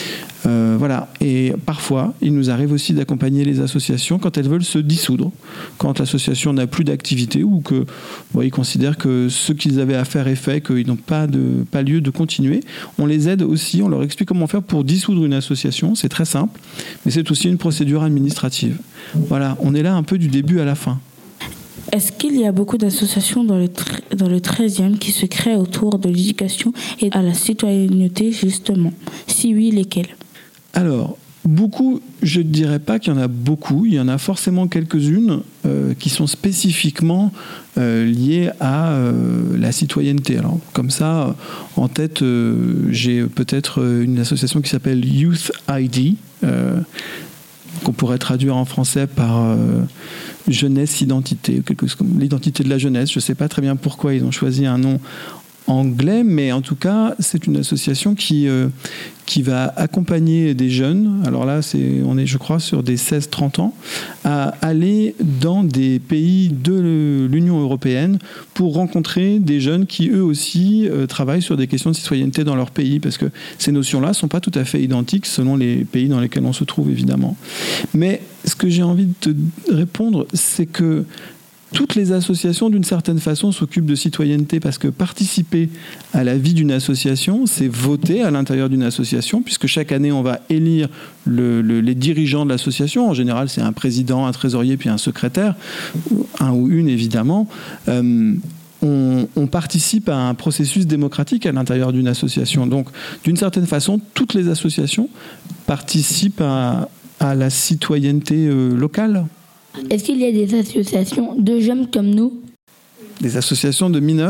Euh, voilà. Et parfois, il nous arrive aussi d'accompagner les associations quand elles veulent se dissoudre, quand l'association n'a plus d'activité ou que, bon, ils considèrent que ce qu'ils avaient à faire est fait, qu'ils n'ont pas, de, pas lieu de continuer. On les aide aussi, on leur explique comment faire pour dissoudre une association. C'est très simple, mais c'est aussi une procédure administrative. Voilà, on est là un peu du début à la fin. Est-ce qu'il y a beaucoup d'associations dans le, dans le treizième qui se créent autour de l'éducation et à la citoyenneté, justement ? Si oui, lesquelles ? Alors, beaucoup, je ne dirais pas qu'il y en a beaucoup. Il y en a forcément quelques-unes euh, qui sont spécifiquement euh, liées à euh, la citoyenneté. Alors, comme ça, en tête, euh, j'ai peut-être une association qui s'appelle Youth I D, euh, qu'on pourrait traduire en français par euh, jeunesse identité, quelque chose comme l'identité de la jeunesse. Je ne sais pas très bien pourquoi ils ont choisi un nom anglais, mais en tout cas, c'est une association qui, euh, qui va accompagner des jeunes, alors là, c'est, on est, je crois, sur des seize trente ans, à aller dans des pays de l'Union européenne pour rencontrer des jeunes qui, eux aussi, euh, travaillent sur des questions de citoyenneté dans leur pays, parce que ces notions-là ne sont pas tout à fait identiques selon les pays dans lesquels on se trouve, évidemment. Mais ce que j'ai envie de te répondre, c'est que toutes les associations, d'une certaine façon, s'occupent de citoyenneté parce que participer à la vie d'une association, c'est voter à l'intérieur d'une association, puisque chaque année, on va élire le, le, les dirigeants de l'association. En général, c'est un président, un trésorier, puis un secrétaire, un ou une, évidemment. Euh, on, on participe à un processus démocratique à l'intérieur d'une association. Donc, d'une certaine façon, toutes les associations participent à, à la citoyenneté euh, locale. Est-ce qu'il y a des associations de jeunes comme nous ? Des associations de mineurs ?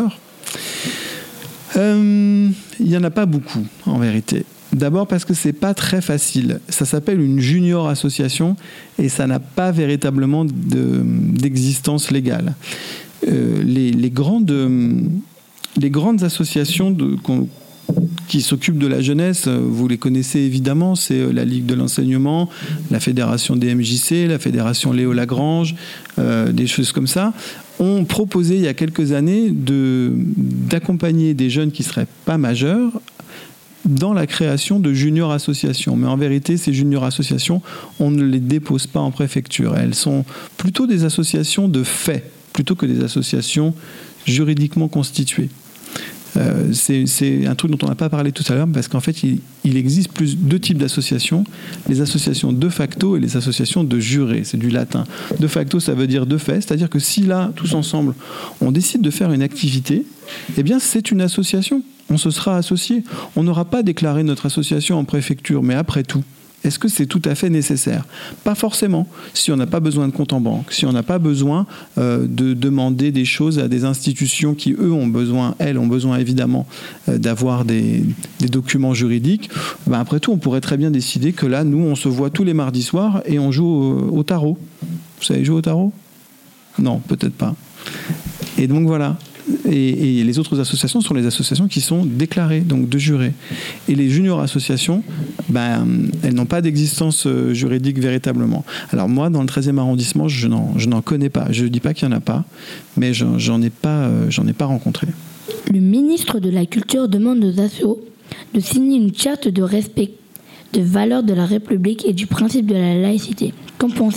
euh, Il n'y en a pas beaucoup, en vérité. D'abord parce que ce n'est pas très facile. Ça s'appelle une junior association et ça n'a pas véritablement de, d'existence légale. Euh, les, les, grandes, les grandes associations de, qu'on, qui s'occupent de la jeunesse, vous les connaissez évidemment, c'est la Ligue de l'enseignement, la Fédération des M J C, la Fédération Léo Lagrange, euh, des choses comme ça, ont proposé il y a quelques années de, d'accompagner des jeunes qui ne seraient pas majeurs dans la création de junior associations. Mais en vérité, ces junior associations, on ne les dépose pas en préfecture. Elles sont plutôt des associations de fait, plutôt que des associations juridiquement constituées. Euh, c'est, c'est un truc dont on n'a pas parlé tout à l'heure, parce qu'en fait, il, il existe plus deux types d'associations. Les associations de facto et les associations de jure. C'est du latin. De facto, ça veut dire de fait. C'est-à-dire que si là, tous ensemble, on décide de faire une activité, eh bien, c'est une association. On se sera associé. On n'aura pas déclaré notre association en préfecture, mais après tout, est-ce que c'est tout à fait nécessaire ? Pas forcément. Si on n'a pas besoin de compte en banque, si on n'a pas besoin euh, de demander des choses à des institutions qui, eux, ont besoin, elles, ont besoin évidemment euh, d'avoir des, des documents juridiques, ben après tout, on pourrait très bien décider que là, nous, on se voit tous les mardis soirs et on joue au, au tarot. Vous savez jouer au tarot ? Non, peut-être pas. Et donc voilà. Et, et les autres associations sont les associations qui sont déclarées, donc de jurés. Et les junior associations, ben, elles n'ont pas d'existence juridique véritablement. Alors moi, dans le treizième arrondissement, je n'en, je n'en connais pas. Je ne dis pas qu'il n'y en a pas, mais j'en, j'en ai pas, j'en ai pas rencontré. Le ministre de la Culture demande aux assos de signer une charte de respect de valeurs de la République et du principe de la laïcité. Qu'en pensez-vous ?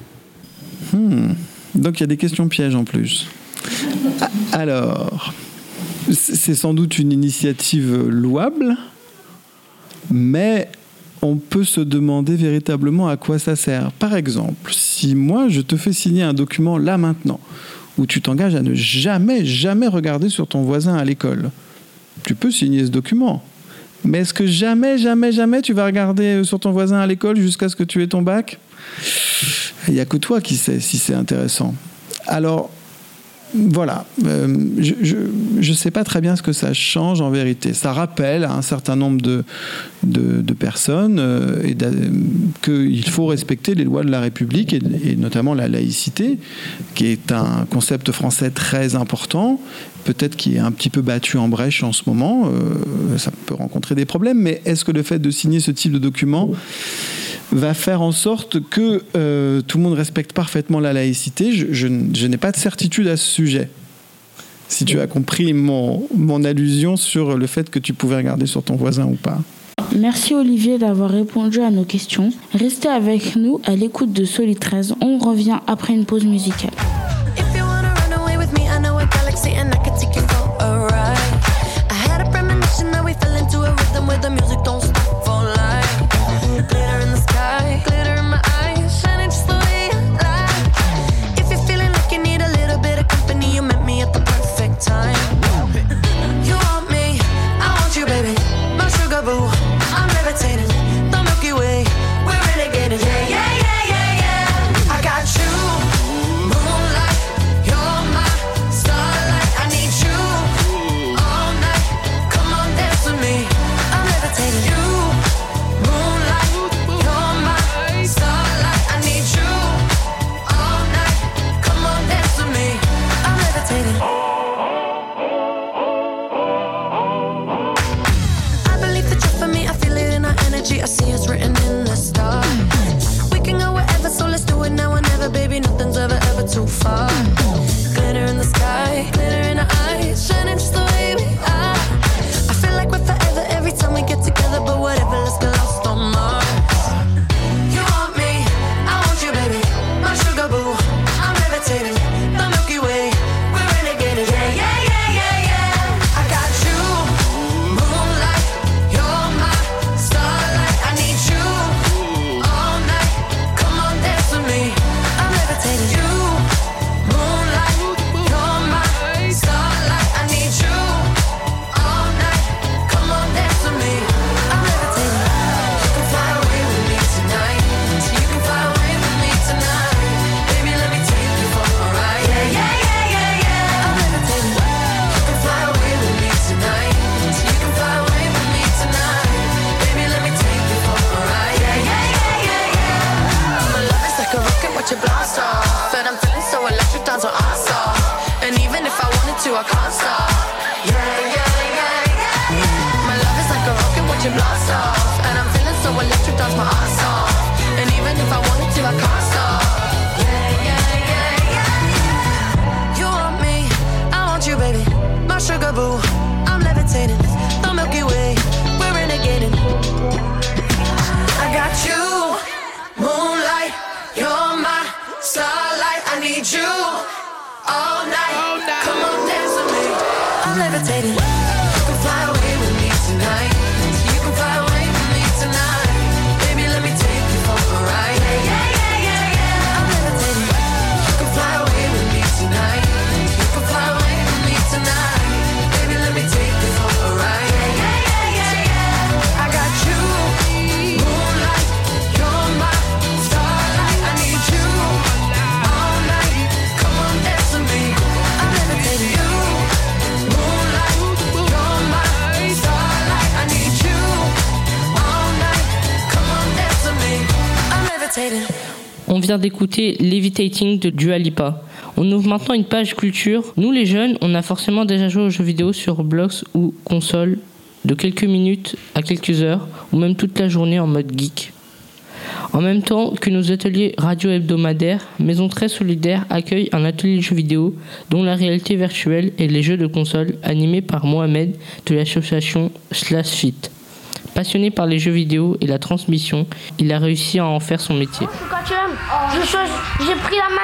hmm. Donc il y a des questions pièges en plus. Alors, c'est sans doute une initiative louable, mais on peut se demander véritablement à quoi ça sert. Par exemple, si moi je te fais signer un document là maintenant, où tu t'engages à ne jamais, jamais regarder sur ton voisin à l'école, tu peux signer ce document. Mais est-ce que jamais, jamais, jamais tu vas regarder sur ton voisin à l'école jusqu'à ce que tu aies ton bac ? Il n'y a que toi qui sais si c'est intéressant. Alors, voilà, euh, je ne sais pas très bien ce que ça change en vérité. Ça rappelle à un certain nombre de, de, de personnes euh, et qu'il faut respecter les lois de la République et, et notamment la laïcité, qui est un concept français très important, peut-être qui est un petit peu battu en brèche en ce moment. Euh, ça peut rencontrer des problèmes, mais est-ce que le fait de signer ce type de document va faire en sorte que euh, tout le monde respecte parfaitement la laïcité ? je, je, je n'ai pas de certitude à ce sujet. Si tu as compris mon, mon allusion sur le fait que tu pouvais regarder sur ton voisin ou pas. Merci Olivier d'avoir répondu à nos questions. Restez avec nous à l'écoute de Soli treize. On revient après une pause musicale. Glitter in the sky, glitter in my eyes, shining just the way I like. If you're feeling like you need a little bit of company, you met me at the perfect time. You want me, I want you, baby, my sugar boo. I'm levitating, the Milky Way, we're renegading. Yeah, yeah, yeah, yeah, yeah. I got you, moonlight, you're my starlight. I need you all night. Come on, dance with me. I'm levitating. You. I see it's written in the stars. We can go wherever, so let's do it now or never, baby. Nothing's ever, ever too far. Glitter in the sky, glitter in our eyes, shining just the way we are. I feel like we're forever every time we get together, but whatever, let's get lost on Mars. You want me, I want you, baby, my sugar boo. I'm levitating, the Milky Way, we're renegading. Yeah, yeah, yeah, yeah, yeah. I got you, moonlight, you're my starlight. I need you all night. Come on, dance with me. I'm levitating. You, moonlight, you're my starlight. I need you all night. Come on, dance with me. I'm levitating. You can fly away with me tonight. So you can fly away with me tonight. Baby, let me take you for a ride. Yeah, yeah, yeah, yeah, yeah. I'm levitating. You can fly away with me tonight. So you can fly away with me tonight. Baby, let me take you for a ride. Yeah, yeah, yeah, yeah, yeah. My love is like a rocket, watch it blast off. And I'm feeling so electric, dance on ass off. And even if I wanted to, I can't stop. Yeah, yeah, yeah, yeah. My love is like a rocket, watch it blast off. And I'm feeling so electric, dance my ass off. And even if I wanted to, I can't stop. Yeah, yeah, yeah, yeah. You want me, I want you, baby, my sugar boo. I'm levitating, the Milky Way, we're in need you all night. Come on, dance with me. I'm levitating. You can fly away with me tonight. You can fly away with me tonight. Baby, let me take you for a ride. Yeah, yeah, yeah, yeah. I'm levitating. You can fly away with me tonight. You can fly away with me tonight. Baby, let me take you for a ride. Yeah, yeah, yeah, yeah. I got you, moonlight. You're my starlight. I need you all night. Come on, dance with me. I'm levitating. You, moonlight. You're my starlight. I need you all night. Come on, dance with me. I'm levitating. On vient d'écouter Levitating de Dua Lipa. On ouvre maintenant une page culture. Nous les jeunes, on a forcément déjà joué aux jeux vidéo sur Roblox ou console de quelques minutes à quelques heures ou même toute la journée en mode geek. En même temps que nos ateliers radio hebdomadaires, Maison très solidaire accueille un atelier de jeux vidéo dont la réalité virtuelle et les jeux de console animé par Mohamed de l'association Slash Fit. Passionné par les jeux vidéo et la transmission, il a réussi à en faire son métier. Quand tu aimes, je chose, j'ai pris la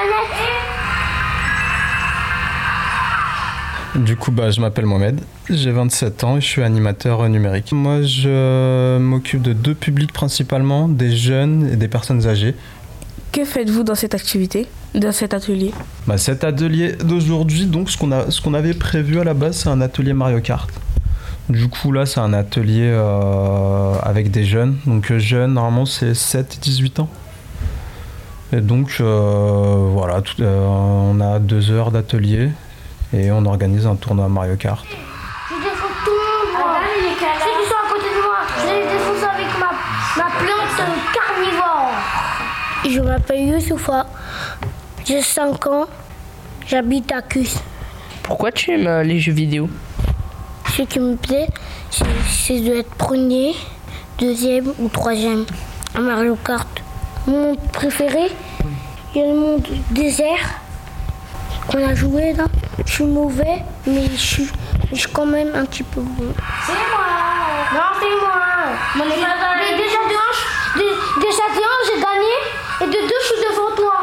manette. Du coup, bah, je m'appelle Mohamed, j'ai vingt-sept ans et je suis animateur numérique. Moi, je m'occupe de deux publics principalement, des jeunes et des personnes âgées. Que faites-vous dans cette activité, dans cet atelier? Bah, cet atelier d'aujourd'hui, donc ce qu'on a, ce qu'on avait prévu à la base, c'est un atelier Mario Kart. Du coup, là, c'est un atelier euh, avec des jeunes. Donc, euh, jeunes, normalement, c'est sept à dix-huit ans. Et donc, euh, voilà, tout, euh, on a deux heures d'atelier et on organise un tournoi Mario Kart. Je défonce tout le monde, moi. Ceux qui sont à côté de moi, je vais les défoncer avec ma, ma plante carnivore. Je m'appelle Youssoufa, j'ai cinq ans, j'habite à Cus. Pourquoi tu aimes euh, les jeux vidéo? Ce qui me plaît, c'est, c'est d'être premier, deuxième ou troisième à Mario Kart. Mon monde préféré, il y a le monde désert qu'on a joué là. Je suis mauvais, mais je suis, je suis quand même un petit peu bon. C'est moi. Non, c'est moi. Mon déjà, déjà de un, de, déjà de un, j'ai gagné, et de deux, je suis devant toi.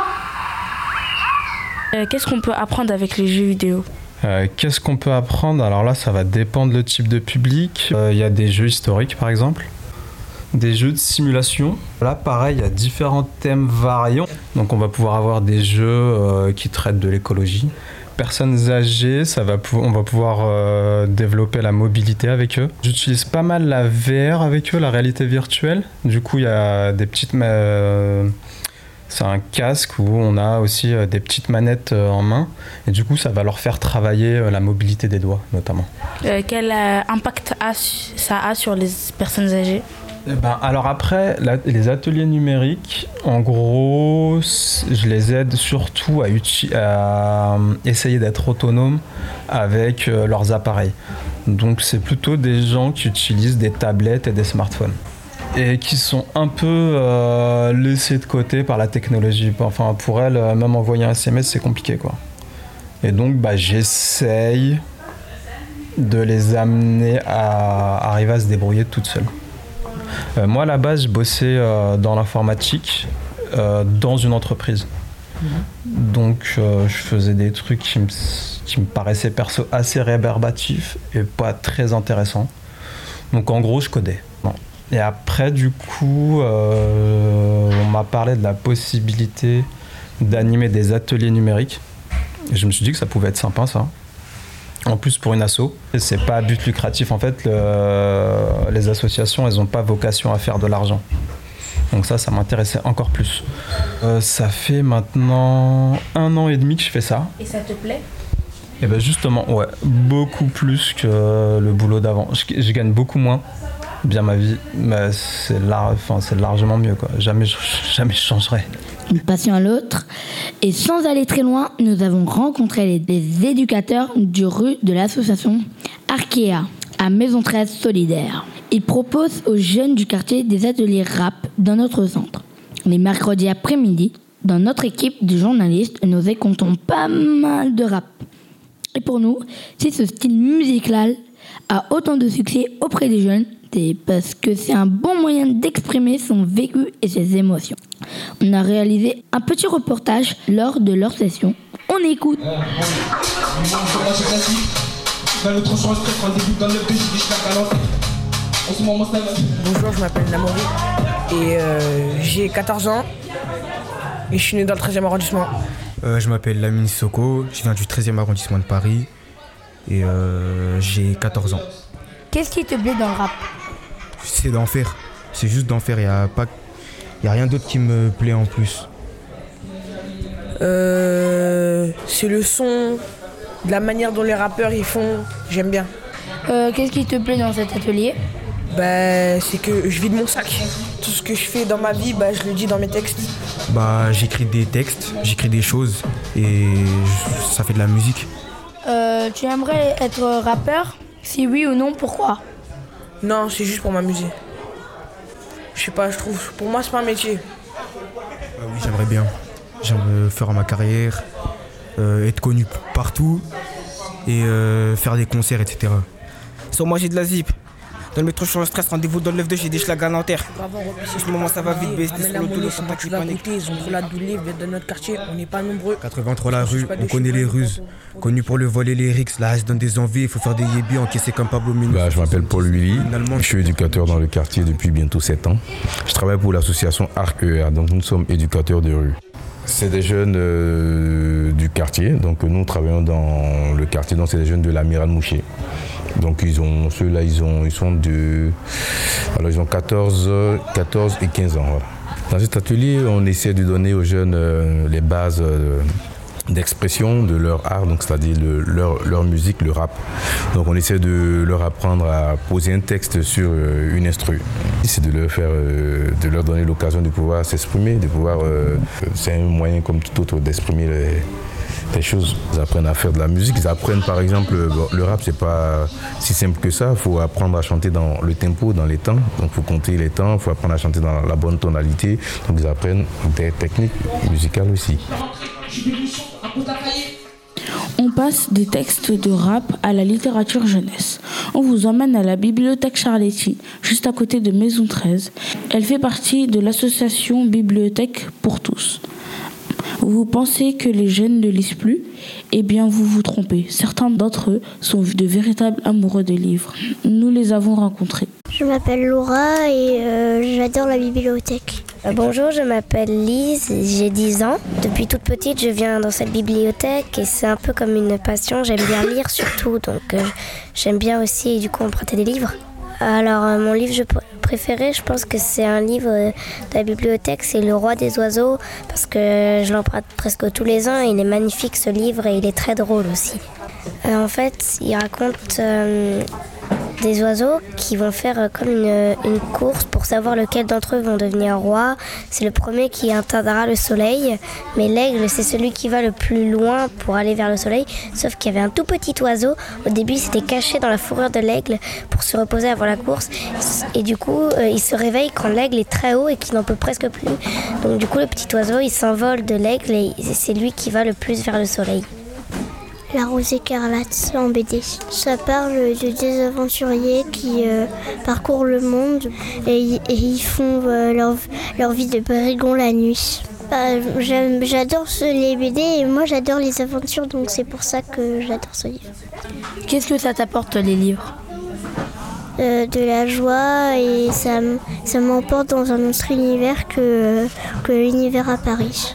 Euh, qu'est-ce qu'on peut apprendre avec les jeux vidéo? Euh, qu'est-ce qu'on peut apprendre? Alors là, ça va dépendre le type de public. Il euh, y a des jeux historiques, par exemple. Des jeux de simulation. Là, pareil, il y a différents thèmes variants. Donc, on va pouvoir avoir des jeux euh, qui traitent de l'écologie. Personnes âgées, ça va pou- on va pouvoir euh, développer la mobilité avec eux. J'utilise pas mal la V R avec eux, la réalité virtuelle. Du coup, il y a des petites... Euh, c'est un casque où on a aussi euh, des petites manettes euh, en main. Et du coup, ça va leur faire travailler euh, la mobilité des doigts, notamment. Euh, quel euh, impact a, ça a sur les personnes âgées? Eh ben, alors après, la, les ateliers numériques, en gros, je les aide surtout à, uti- à essayer d'être autonomes avec euh, leurs appareils. Donc c'est plutôt des gens qui utilisent des tablettes et des smartphones. Et qui sont un peu euh, laissés de côté par la technologie. Enfin, pour elles, même envoyer un S M S, c'est compliqué, quoi. Et donc, bah, j'essaye de les amener à arriver à se débrouiller toutes seules. Euh, moi, à la base, je bossais euh, dans l'informatique, euh, dans une entreprise. Mmh. Donc, euh, je faisais des trucs qui me, qui me paraissaient perso assez rébarbatifs et pas très intéressants. Donc, en gros, je codais. Bon. Et après, du coup, euh, on m'a parlé de la possibilité d'animer des ateliers numériques. Et je me suis dit que ça pouvait être sympa, ça. En plus, pour une asso. Et c'est pas à but lucratif. En fait, le, les associations, elles n'ont pas vocation à faire de l'argent. Donc ça, ça m'intéressait encore plus. Euh, ça fait maintenant un an et demi que je fais ça. Et ça te plaît? Et ben justement, ouais, beaucoup plus que le boulot d'avant. Je, je gagne beaucoup moins. Bien ma vie, mais c'est, lar- enfin, c'est largement mieux, quoi. Jamais, jamais je changerai. Une passion à l'autre. Et sans aller très loin, nous avons rencontré les, des éducateurs du rue de l'association Arkea à Maison treize Solidaire. Ils proposent aux jeunes du quartier des ateliers rap dans notre centre. Les mercredis après-midi, dans notre équipe de journalistes, nous écoutons pas mal de rap. Et pour nous, si ce style musical a autant de succès auprès des jeunes, c'est parce que c'est un bon moyen d'exprimer son vécu et ses émotions. On a réalisé un petit reportage lors de leur session On écoute. Bonjour, je m'appelle Namori et euh, j'ai quatorze ans et je suis né dans le treizième arrondissement. Euh, je m'appelle Lamine Soko, je viens du treizième arrondissement de Paris et euh, j'ai quatorze ans. Qu'est-ce qui te plaît dans le rap? C'est d'en faire, c'est juste d'en faire, il n'y a, pas... y a rien d'autre qui me plaît en plus. Euh, c'est le son, de la manière dont les rappeurs ils font, j'aime bien. Euh, Qu'est-ce qui te plaît dans cet atelier? Bah, c'est que je vis de mon sac. Tout ce que je fais dans ma vie, bah, je le dis dans mes textes. Bah, j'écris des textes, j'écris des choses et je... ça fait de la musique. Euh, tu aimerais être rappeur? Si oui ou non, pourquoi? Non, c'est juste pour m'amuser. Je sais pas, je trouve, pour moi c'est pas un métier. Bah oui, j'aimerais bien. J'aimerais faire ma carrière, euh, être connu partout et euh, faire des concerts, et cetera. Sur moi j'ai de la zip. Dans le métro, je suis en stress, rendez-vous dans le F deux, j'ai des schlags à Nanterre. En ce moment, ça va vite, baisse sur l'auto, le contact, je suis panique. Ils ont trop la doulée, dans notre quartier, on n'est pas nombreux. quatre-vingt-trois la rue, on connaît les ruses. Connu pour le vol et les rixes, la hache donne des envies, il faut faire des yébis, encaisser comme Pablo Mino. Bah, je m'appelle Paul Willy, je suis éducateur dans le quartier depuis bientôt sept ans. Je travaille pour l'association Arc E R, donc nous sommes éducateurs de rue. C'est des jeunes euh, du quartier, donc nous travaillons dans le quartier, donc c'est des jeunes de l'Amiral Mouché. Donc ils ont, ceux-là, ils, ont, ils sont de, alors ils ont quatorze, quatorze et quinze ans. Voilà. Dans cet atelier, on essaie de donner aux jeunes euh, les bases euh, d'expression de leur art, donc c'est-à-dire le, leur, leur musique, le rap. Donc on essaie de leur apprendre à poser un texte sur euh, une instru. C'est de leur faire, euh, de leur donner l'occasion de pouvoir s'exprimer, de pouvoir, euh, c'est un moyen comme tout autre d'exprimer les des choses. Ils apprennent à faire de la musique, ils apprennent par exemple, le rap c'est pas si simple que ça, il faut apprendre à chanter dans le tempo, dans les temps, donc il faut compter les temps, il faut apprendre à chanter dans la bonne tonalité, donc ils apprennent des techniques musicales aussi. On passe des textes de rap à la littérature jeunesse. On vous emmène à la bibliothèque Charletti, juste à côté de Maison treize. Elle fait partie de l'association Bibliothèque pour tous. Vous pensez que les jeunes ne lisent plus? Eh bien, vous vous trompez. Certains d'entre eux sont de véritables amoureux des livres. Nous les avons rencontrés. Je m'appelle Laura et euh, j'adore la bibliothèque. Euh, bonjour, je m'appelle Lise, j'ai dix ans. Depuis toute petite, je viens dans cette bibliothèque et c'est un peu comme une passion. J'aime bien lire surtout, donc euh, j'aime bien aussi du coup emprunter des livres. Alors, euh, mon livre préféré, je pense que c'est un livre de la bibliothèque, c'est Le Roi des Oiseaux, parce que je l'emprunte presque tous les ans et il est magnifique ce livre et il est très drôle aussi. Euh, en fait, il raconte euh, des oiseaux qui vont faire comme une, une course pour savoir lequel d'entre eux vont devenir roi. C'est le premier qui atteindra le soleil, mais l'aigle, c'est celui qui va le plus loin pour aller vers le soleil, sauf qu'il y avait un tout petit oiseau. Au début, il s'était caché dans la fourrure de l'aigle pour se reposer avant la course, et du coup, euh, il se réveille quand l'aigle est très haut et qu'il n'en peut presque plus. Donc du coup, le petit oiseau, il s'envole de l'aigle et c'est lui qui va le plus vers le soleil. La Rose écarlate en B D. Ça parle de deux aventuriers qui euh, parcourent le monde et, et ils font euh, leur, leur vie de brigand la nuit. Bah, j'aime, j'adore ce, les B D et moi j'adore les aventures, donc c'est pour ça que j'adore ce livre. Qu'est-ce que ça t'apporte les livres? euh, De la joie et ça, ça m'emporte dans un autre univers que, que l'univers à Paris.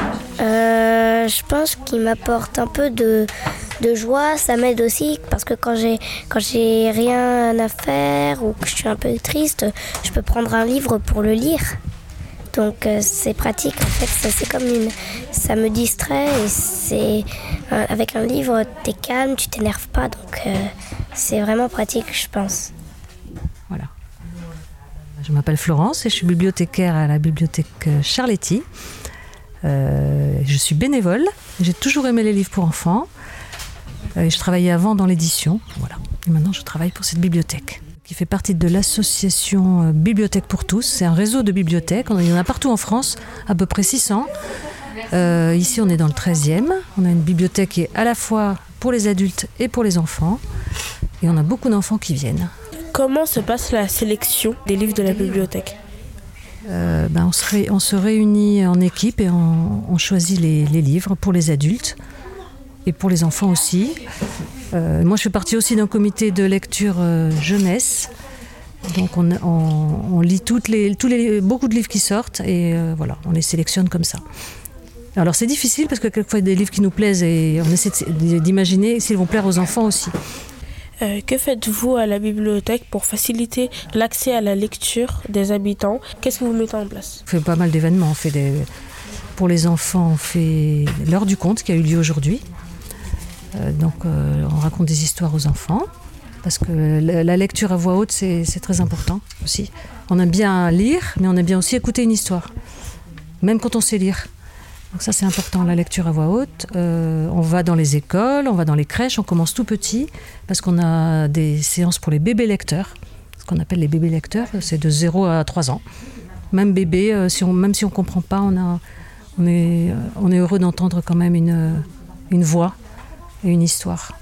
Euh, je pense qu'il m'apporte un peu de, de joie, ça m'aide aussi parce que quand j'ai, quand j'ai rien à faire ou que je suis un peu triste, je peux prendre un livre pour le lire. Donc euh, c'est pratique en fait, ça, c'est comme une, ça me distrait et c'est, euh, avec un livre t'es calme, tu t'énerves pas, donc euh, c'est vraiment pratique je pense. Voilà. Je m'appelle Florence et je suis bibliothécaire à la bibliothèque Charletti. Euh, je suis bénévole, j'ai toujours aimé les livres pour enfants. Euh, je travaillais avant dans l'édition, voilà. Et maintenant je travaille pour cette bibliothèque qui fait partie de l'association Bibliothèque pour tous. C'est un réseau de bibliothèques, il y en a partout en France, à peu près six cents. Euh, ici on est dans le treizième, on a une bibliothèque qui est à la fois pour les adultes et pour les enfants. Et on a beaucoup d'enfants qui viennent. Comment se passe la sélection des livres de la bibliothèque ? Euh, ben on, se ré, on se réunit en équipe et on, on choisit les, les livres pour les adultes. et pour les enfants aussi. Euh, moi, je fais partie aussi d'un comité de lecture euh, jeunesse. Donc, on, on, on lit toutes les, tous les, beaucoup de livres qui sortent et euh, voilà, on les sélectionne comme ça. Alors, c'est difficile parce que quelquefois, il y a des livres qui nous plaisent et on essaie de, d'imaginer s'ils vont plaire aux enfants aussi. Euh, que faites-vous à la bibliothèque pour faciliter l'accès à la lecture des habitants? Qu'est-ce que vous mettez en place? On fait pas mal d'événements. On fait des, pour les enfants, on fait l'heure du conte qui a eu lieu aujourd'hui. Euh, donc, euh, on raconte des histoires aux enfants parce que la, la lecture à voix haute, c'est, c'est très important aussi. On aime bien lire, mais on aime bien aussi écouter une histoire, même quand on sait lire. Donc ça, c'est important, la lecture à voix haute. Euh, on va dans les écoles, on va dans les crèches, on commence tout petit, parce qu'on a des séances pour les bébés lecteurs. Ce qu'on appelle les bébés lecteurs, c'est de zéro à trois ans. Même bébé, euh, si on, même si on ne comprend pas, on, a, on, est, euh, on est heureux d'entendre quand même une, une voix et une histoire.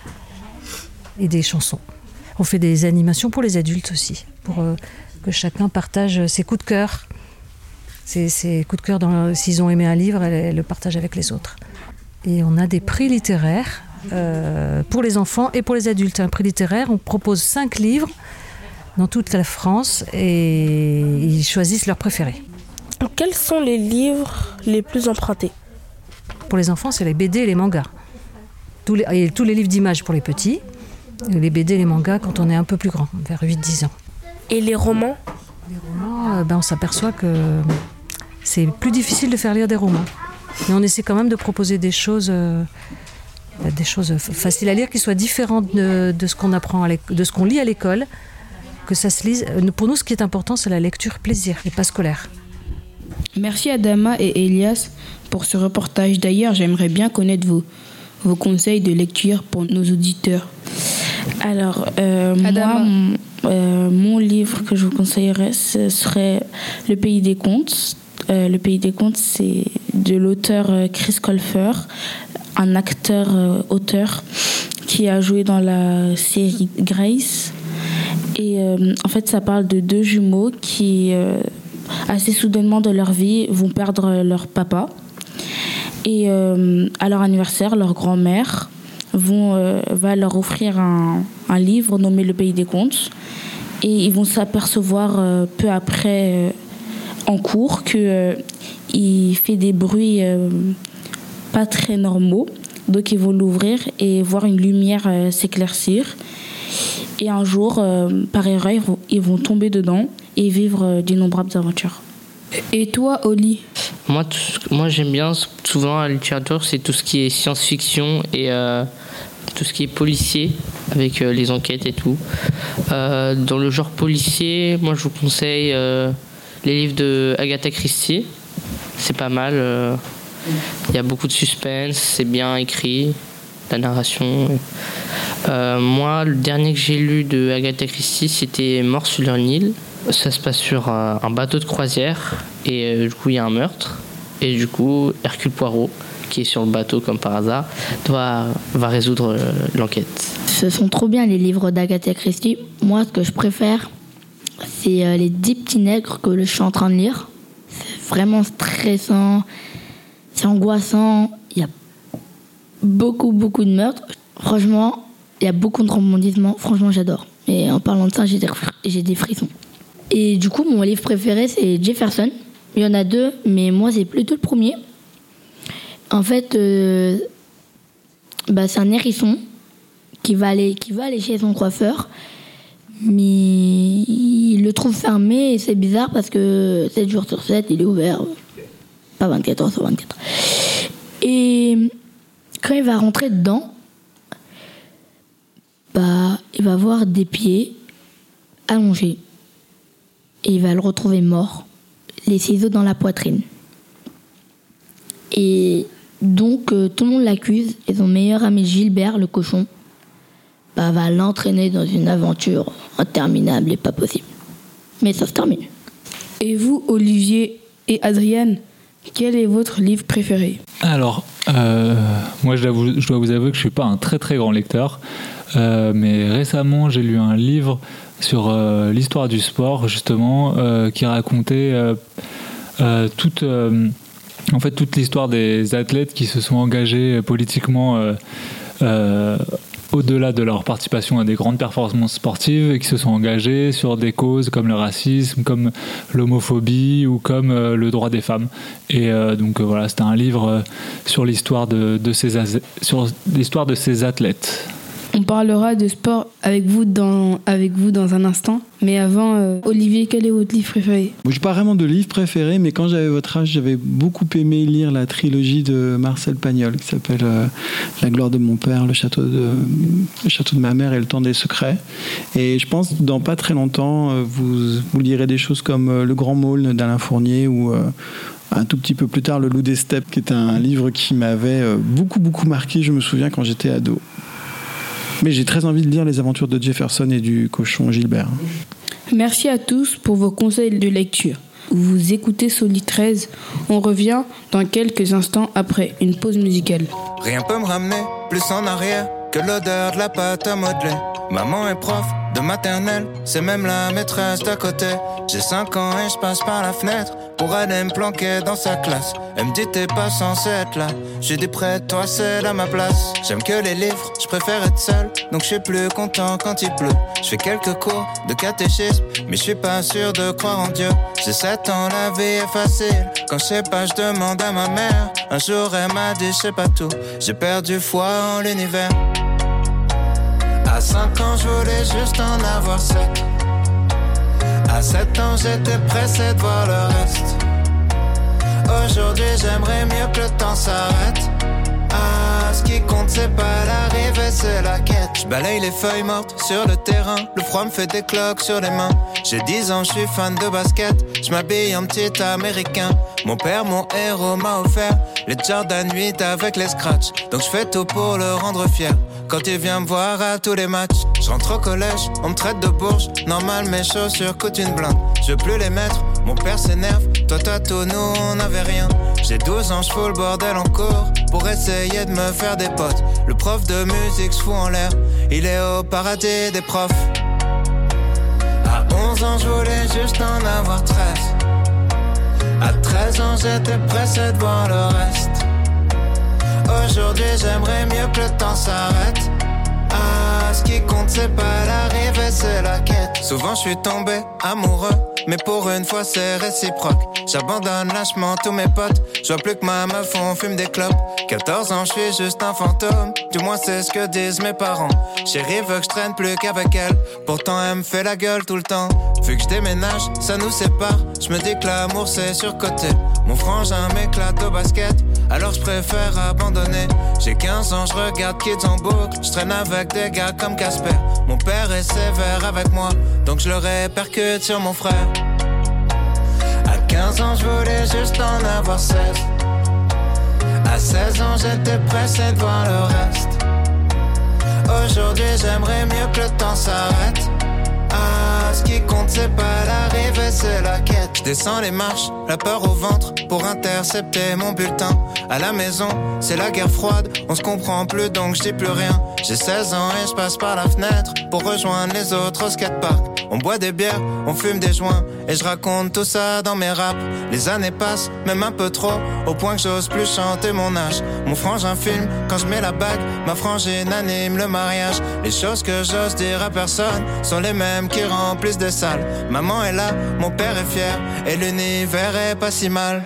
Et des chansons. On fait des animations pour les adultes aussi, pour euh, que chacun partage ses coups de cœur. Ces, ces coups de cœur, dans, s'ils ont aimé un livre, elles le partagent avec les autres. Et on a des prix littéraires euh, pour les enfants et pour les adultes. Un prix littéraire, on propose cinq livres dans toute la France et ils choisissent leurs préférés. Quels sont les livres les plus empruntés? Pour les enfants, c'est les B D et les mangas. Tous les, et tous les livres d'images pour les petits, les B D et les mangas quand on est un peu plus grand, vers huit dix ans. Et les romans? Les romans, euh, ben on s'aperçoit que c'est plus difficile de faire lire des romans. Mais on essaie quand même de proposer des choses, euh, des choses faciles à lire qui soient différentes de, de ce qu'on apprend, à de ce qu'on lit à l'école, que ça se lise. Pour nous, ce qui est important, c'est la lecture plaisir et pas scolaire. Merci Adama et Elias pour ce reportage. D'ailleurs, j'aimerais bien connaître vos, vos conseils de lecture pour nos auditeurs. Alors, euh, moi, mon, euh, mon livre que je vous conseillerais, ce serait Le Pays des Contes. Euh, Le Pays des Contes, c'est de l'auteur euh, Chris Colfer, un acteur-auteur euh, qui a joué dans la série Grace. Et euh, en fait, ça parle de deux jumeaux qui, euh, assez soudainement de leur vie, vont perdre leur papa. Et euh, à leur anniversaire, leur grand-mère vont, euh, va leur offrir un, un livre nommé Le Pays des Contes. Et ils vont s'apercevoir euh, peu après... Euh, en cours qu'il euh, fait des bruits euh, pas très normaux, donc ils vont l'ouvrir et voir une lumière euh, s'éclaircir et un jour euh, par erreur ils vont, ils vont tomber dedans et vivre euh, d'innombrables aventures. Et toi, Oli? Moi, tout, moi j'aime bien souvent la littérature, c'est tout ce qui est science-fiction et euh, tout ce qui est policier avec euh, les enquêtes et tout. Euh, dans le genre policier, moi je vous conseille euh, les livres de Agatha Christie, c'est pas mal. Il euh, y a beaucoup de suspense, c'est bien écrit, la narration. Euh, moi, le dernier que j'ai lu de Agatha Christie, c'était Mort sur le Nil. Ça se passe sur un, un bateau de croisière et euh, du coup il y a un meurtre. Et du coup, Hercule Poirot, qui est sur le bateau comme par hasard, doit, va résoudre euh, l'enquête. Ce sont trop bien les livres d'Agatha Christie. Moi, ce que je préfère, c'est euh, les dix petits nègres que je suis en train de lire. C'est vraiment stressant, c'est angoissant, il y a beaucoup, beaucoup de meurtres. Franchement, il y a beaucoup de rebondissements. Franchement, j'adore. Et en parlant de ça, j'ai des, j'ai des frissons. Et du coup, mon livre préféré, c'est Jefferson. Il y en a deux, mais moi, c'est plutôt le premier. En fait, euh, bah, c'est un hérisson qui va aller, qui va aller chez son coiffeur. Mais il le trouve fermé et c'est bizarre parce que sept jours sur sept, il est ouvert. Pas vingt-quatre heures sur vingt-quatre. Et quand il va rentrer dedans, bah, il va voir des pieds allongés. Et il va le retrouver mort, les ciseaux dans la poitrine. Et donc, euh, tout le monde l'accuse. Et son meilleur ami Gilbert, le cochon, bah, va l'entraîner dans une aventure interminable et pas possible. Mais ça se termine. Et vous, Olivier et Adrienne, quel est votre livre préféré? Alors, euh, moi je dois, vous, je dois vous avouer que je ne suis pas un très très grand lecteur, euh, mais récemment j'ai lu un livre sur euh, l'histoire du sport, justement, euh, qui racontait euh, euh, toute... Euh, en fait toute l'histoire des athlètes qui se sont engagés politiquement euh, euh, au-delà de leur participation à des grandes performances sportives, et qui se sont engagés sur des causes comme le racisme, comme l'homophobie ou comme euh, le droit des femmes. Et euh, donc euh, voilà, c'était un livre euh, sur l'histoire de, de ces as- sur l'histoire de ces athlètes. On parlera de sport avec vous dans, avec vous dans un instant. Mais avant, euh, Olivier, quel est votre livre préféré ? Je n'ai pas vraiment de livre préféré, mais quand j'avais votre âge, j'avais beaucoup aimé lire la trilogie de Marcel Pagnol, qui s'appelle euh, La gloire de mon père, le château de, le château de ma mère et le temps des secrets. Et je pense que dans pas très longtemps, euh, vous, vous lirez des choses comme euh, Le Grand Maulne d'Alain Fournier ou... Euh, un tout petit peu plus tard, Le Loup des steppes, qui est un livre qui m'avait euh, beaucoup, beaucoup marqué, je me souviens, quand j'étais ado. Mais j'ai très envie de lire Les aventures de Jefferson et du cochon Gilbert. Merci à tous pour vos conseils de lecture. Vous écoutez Soli treize. On revient dans quelques instants après une pause musicale. Rien peut me ramener plus en arrière que l'odeur de la pâte à modeler. Maman est prof de maternelle, c'est même la maîtresse d'à côté. J'ai cinq ans et je passe par la fenêtre pour aller me planquer dans sa classe. Elle me dit t'es pas censé être là. J'ai dit près de toi c'est à ma place. J'aime que les livres, je préfère être seul, donc je suis plus content quand il pleut. Je fais quelques cours de catéchisme, mais je suis pas sûr de croire en Dieu. J'ai sept ans, la vie est facile. Quand je sais pas, je demande à ma mère. Un jour elle m'a dit je sais pas tout. J'ai perdu foi en l'univers. À cinq ans, je voulais juste en avoir sept. À sept ans, j'étais pressé de voir le reste. Aujourd'hui, j'aimerais mieux que le temps s'arrête. Ah, ce qui compte, c'est pas l'arrivée, c'est la quête. Je balaye les feuilles mortes sur le terrain. Le froid me fait des cloques sur les mains. J'ai dix ans, je suis fan de basket. Je m'habille en petit américain. Mon père, mon héros, m'a offert les Jordan huit avec les scratchs. Donc je fais tout pour le rendre fier. Quand il vient me voir à tous les matchs, je rentre au collège, on me traite de bourge. Normal, mes chaussures coûtent une blinde. Je veux plus les mettre, mon père s'énerve. Toi t'as tout, nous on n'avait rien. J'ai douze ans, je fous le bordel en cours pour essayer de me faire des potes. Le prof de musique se fout en l'air, il est au paradis des profs. À onze ans, je voulais juste en avoir treize. À treize ans, j'étais pressé de voir le reste. Aujourd'hui, j'aimerais mieux que le temps s'arrête. Ah, ce qui compte, c'est pas l'arrivée, c'est la quête. Souvent, je suis tombé amoureux, mais pour une fois, c'est réciproque. J'abandonne lâchement tous mes potes. Je vois plus que ma meuf, on fume des clopes. quatorze ans, je suis juste un fantôme. Du moins, c'est ce que disent mes parents. Chérie veut que je traîne plus qu'avec elle. Pourtant, elle me fait la gueule tout le temps. Vu que je déménage, ça nous sépare. Je me dis que l'amour, c'est surcoté. Mon frangin m'éclate au basket, alors je préfère abandonner. J'ai quinze ans, je regarde Kids en boucle. Je traîne avec des gars comme Casper. Mon père est sévère avec moi, donc je le répercute sur mon frère. À quinze ans, je voulais juste en avoir seize. À seize ans, j'étais pressé de voir le reste. Aujourd'hui, j'aimerais mieux que le temps s'arrête. Ah, ce qui compte, c'est pas l'arrivée, c'est la quête. Je descends les marches, la peur au ventre, pour intercepter mon bulletin. À la maison, c'est la guerre froide, on se comprend plus donc je dis plus rien. J'ai seize ans et je passe par la fenêtre pour rejoindre les autres au skatepark. On boit des bières, on fume des joints, et je raconte tout ça dans mes raps. Les années passent, même un peu trop, au point que j'ose plus chanter mon âge. Mon frangin filme quand je mets la bague, ma frangine anime le mariage. Les choses que j'ose dire à personne sont les mêmes qui remplissent des salles. Maman est là, mon père est fier, et l'univers est pas si mal.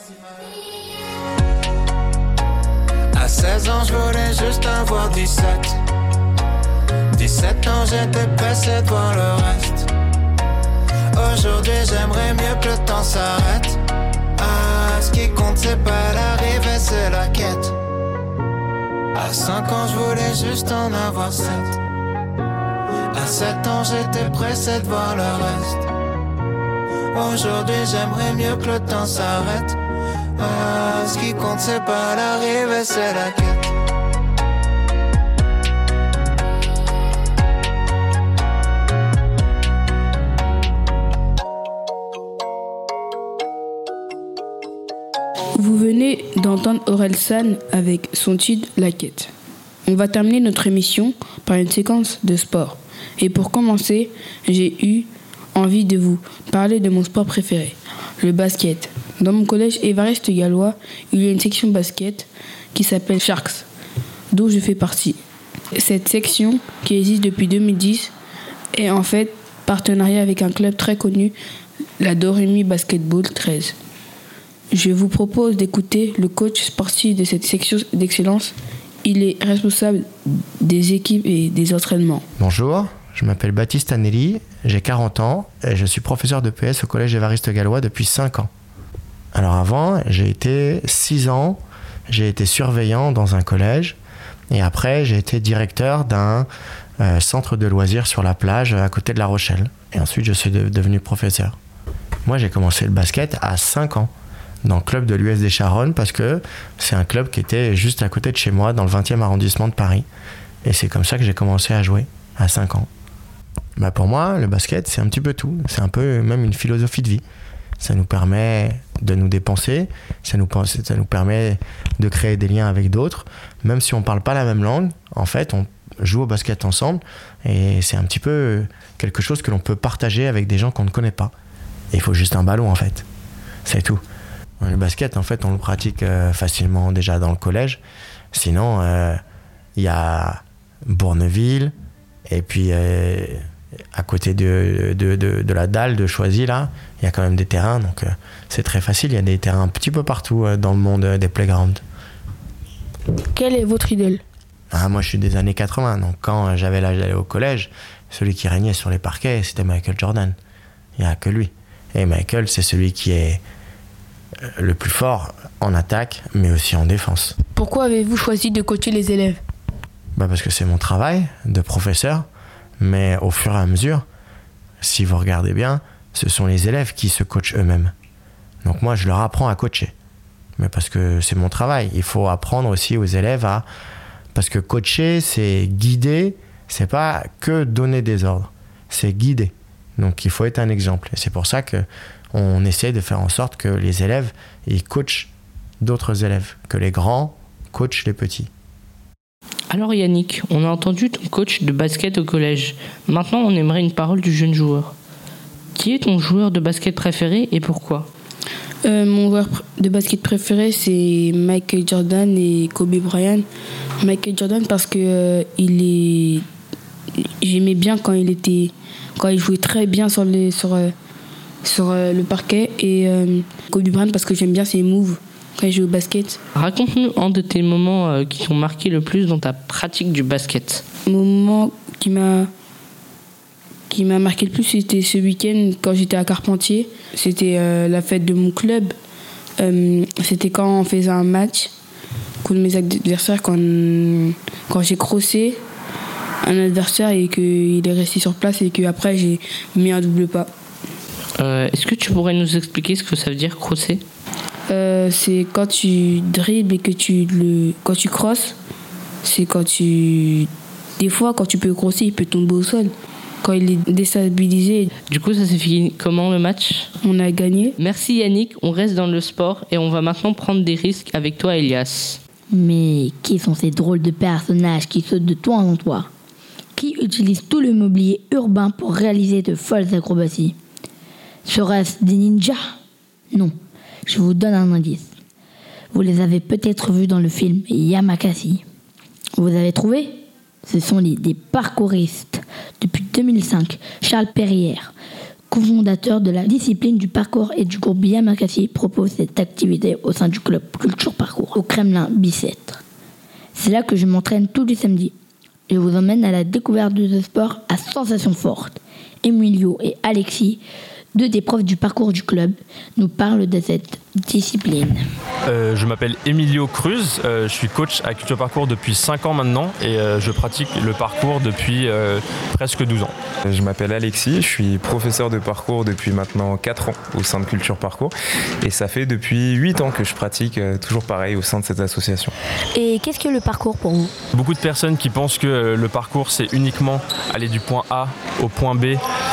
À seize ans, je voulais juste avoir dix-sept. dix-sept ans, j'étais pressé de voir le reste. Aujourd'hui, j'aimerais mieux que le temps s'arrête. Ah, ce qui compte, c'est pas l'arrivée, c'est la quête. À cinq ans, je voulais juste en avoir sept. À sept ans, j'étais pressé de voir le reste. Aujourd'hui, j'aimerais mieux que le temps s'arrête. Ah, ce qui compte, c'est pas l'arrivée, c'est la quête. Vous venez d'entendre Orelsan avec son titre La Quête. On va terminer notre émission par une séquence de sport. Et pour commencer, j'ai eu envie de vous parler de mon sport préféré, le basket. Dans mon collège Évariste Galois, il y a une section basket qui s'appelle Sharks, dont je fais partie. Cette section, qui existe depuis deux mille dix, est en fait partenariat avec un club très connu, la Doremi Basketball treize. Je vous propose d'écouter le coach sportif de cette section d'excellence. Il est responsable des équipes et des entraînements. Bonjour, je m'appelle Baptiste Anelli, j'ai quarante ans et je suis professeur de P S au collège Évariste Galois depuis cinq ans. Alors avant, j'ai été six ans, j'ai été surveillant dans un collège et après j'ai été directeur d'un euh, centre de loisirs sur la plage à côté de La Rochelle. Et ensuite je suis de- devenu professeur. Moi j'ai commencé le basket à cinq ans dans le club de l'U S des Charonnes parce que c'est un club qui était juste à côté de chez moi dans le vingtième arrondissement de Paris. Et c'est comme ça que j'ai commencé à jouer à cinq ans. Bah pour moi, le basket, c'est un petit peu tout. C'est un peu même une philosophie de vie. Ça nous permet de nous dépenser, ça nous, ça nous permet de créer des liens avec d'autres. Même si on ne parle pas la même langue, en fait, on joue au basket ensemble et c'est un petit peu quelque chose que l'on peut partager avec des gens qu'on ne connaît pas. Et il faut juste un ballon, en fait. C'est tout. Le basket, en fait, on le pratique euh, facilement déjà dans le collège. Sinon, il euh, y a Bourneville, et puis euh, à côté de, de, de, de la dalle de Choisy, là, il y a quand même des terrains, donc euh, c'est très facile. Il y a des terrains un petit peu partout euh, dans le monde euh, des playgrounds. Quel est votre idole ? Ah, moi, je suis des années quatre-vingts, donc quand euh, j'avais l'âge d'aller au collège, celui qui régnait sur les parquets, c'était Michael Jordan. Il n'y a que lui. Et Michael, c'est celui qui est le plus fort en attaque, mais aussi en défense. Pourquoi avez-vous choisi de coacher les élèves ? Bah parce que c'est mon travail de professeur, mais au fur et à mesure, si vous regardez bien, ce sont les élèves qui se coachent eux-mêmes. Donc moi, je leur apprends à coacher. Mais parce que c'est mon travail. Il faut apprendre aussi aux élèves à... Parce que coacher, c'est guider, c'est pas que donner des ordres, c'est guider. Donc il faut être un exemple. Et c'est pour ça que on essaie de faire en sorte que les élèves ils coachent d'autres élèves, que les grands coachent les petits. Alors Yannick, on a entendu ton coach de basket au collège. Maintenant, on aimerait une parole du jeune joueur. Qui est ton joueur de basket préféré et pourquoi ? euh, Mon joueur de basket préféré, c'est Michael Jordan et Kobe Bryant. Michael Jordan parce que euh, il est... j'aimais bien quand il était, quand il jouait très bien sur les, sur euh, sur euh, le parquet, et euh, Kobe Bryant parce que j'aime bien ses moves quand il joue au basket. Raconte-nous un de tes moments euh, qui t'ont marqué le plus dans ta pratique du basket. Le moment qui m'a qui m'a marqué le plus, c'était ce week-end quand j'étais à Carpentier. C'était euh, la fête de mon club. Euh, c'était quand on faisait un match contre mes adversaires, quand, quand j'ai crossé un adversaire et qu'il est resté sur place et qu'après j'ai mis un double pas. Euh, est-ce que tu pourrais nous expliquer ce que ça veut dire crosser ? euh, C'est quand tu dribbles et que tu le, quand tu crosses, c'est quand tu... Des fois, quand tu peux crosser, il peut tomber au sol. Quand il est déstabilisé. Du coup, ça s'est fini comment le match ? On a gagné. Merci Yannick, on reste dans le sport et on va maintenant prendre des risques avec toi Elias. Mais qui sont ces drôles de personnages qui sautent de toit en toit ? Qui utilisent tout le mobilier urbain pour réaliser de folles acrobaties ? Serait-ce des ninjas ? Non. Je vous donne un indice. Vous les avez peut-être vus dans le film Yamakasi. Vous avez trouvé ? Ce sont les, des parkouristes. Depuis deux mille cinq, Charles Perrière, cofondateur de la discipline du parcours et du groupe Yamakasi, propose cette activité au sein du club Culture Parcours au Kremlin Bicêtre. C'est là que je m'entraîne tous les samedis. Je vous emmène à la découverte de ce sport à sensations fortes. Emilio et Alexis, deux des profs du parcours du club, nous parlent de cette discipline. Euh, je m'appelle Emilio Cruz, euh, je suis coach à Culture Parcours depuis cinq ans maintenant et euh, je pratique le parcours depuis euh, presque douze ans. Je m'appelle Alexis, je suis professeur de parcours depuis maintenant quatre ans au sein de Culture Parcours et ça fait depuis huit ans que je pratique euh, toujours pareil au sein de cette association. Et qu'est-ce que le parcours pour vous ? Beaucoup de personnes qui pensent que le parcours c'est uniquement aller du point A au point B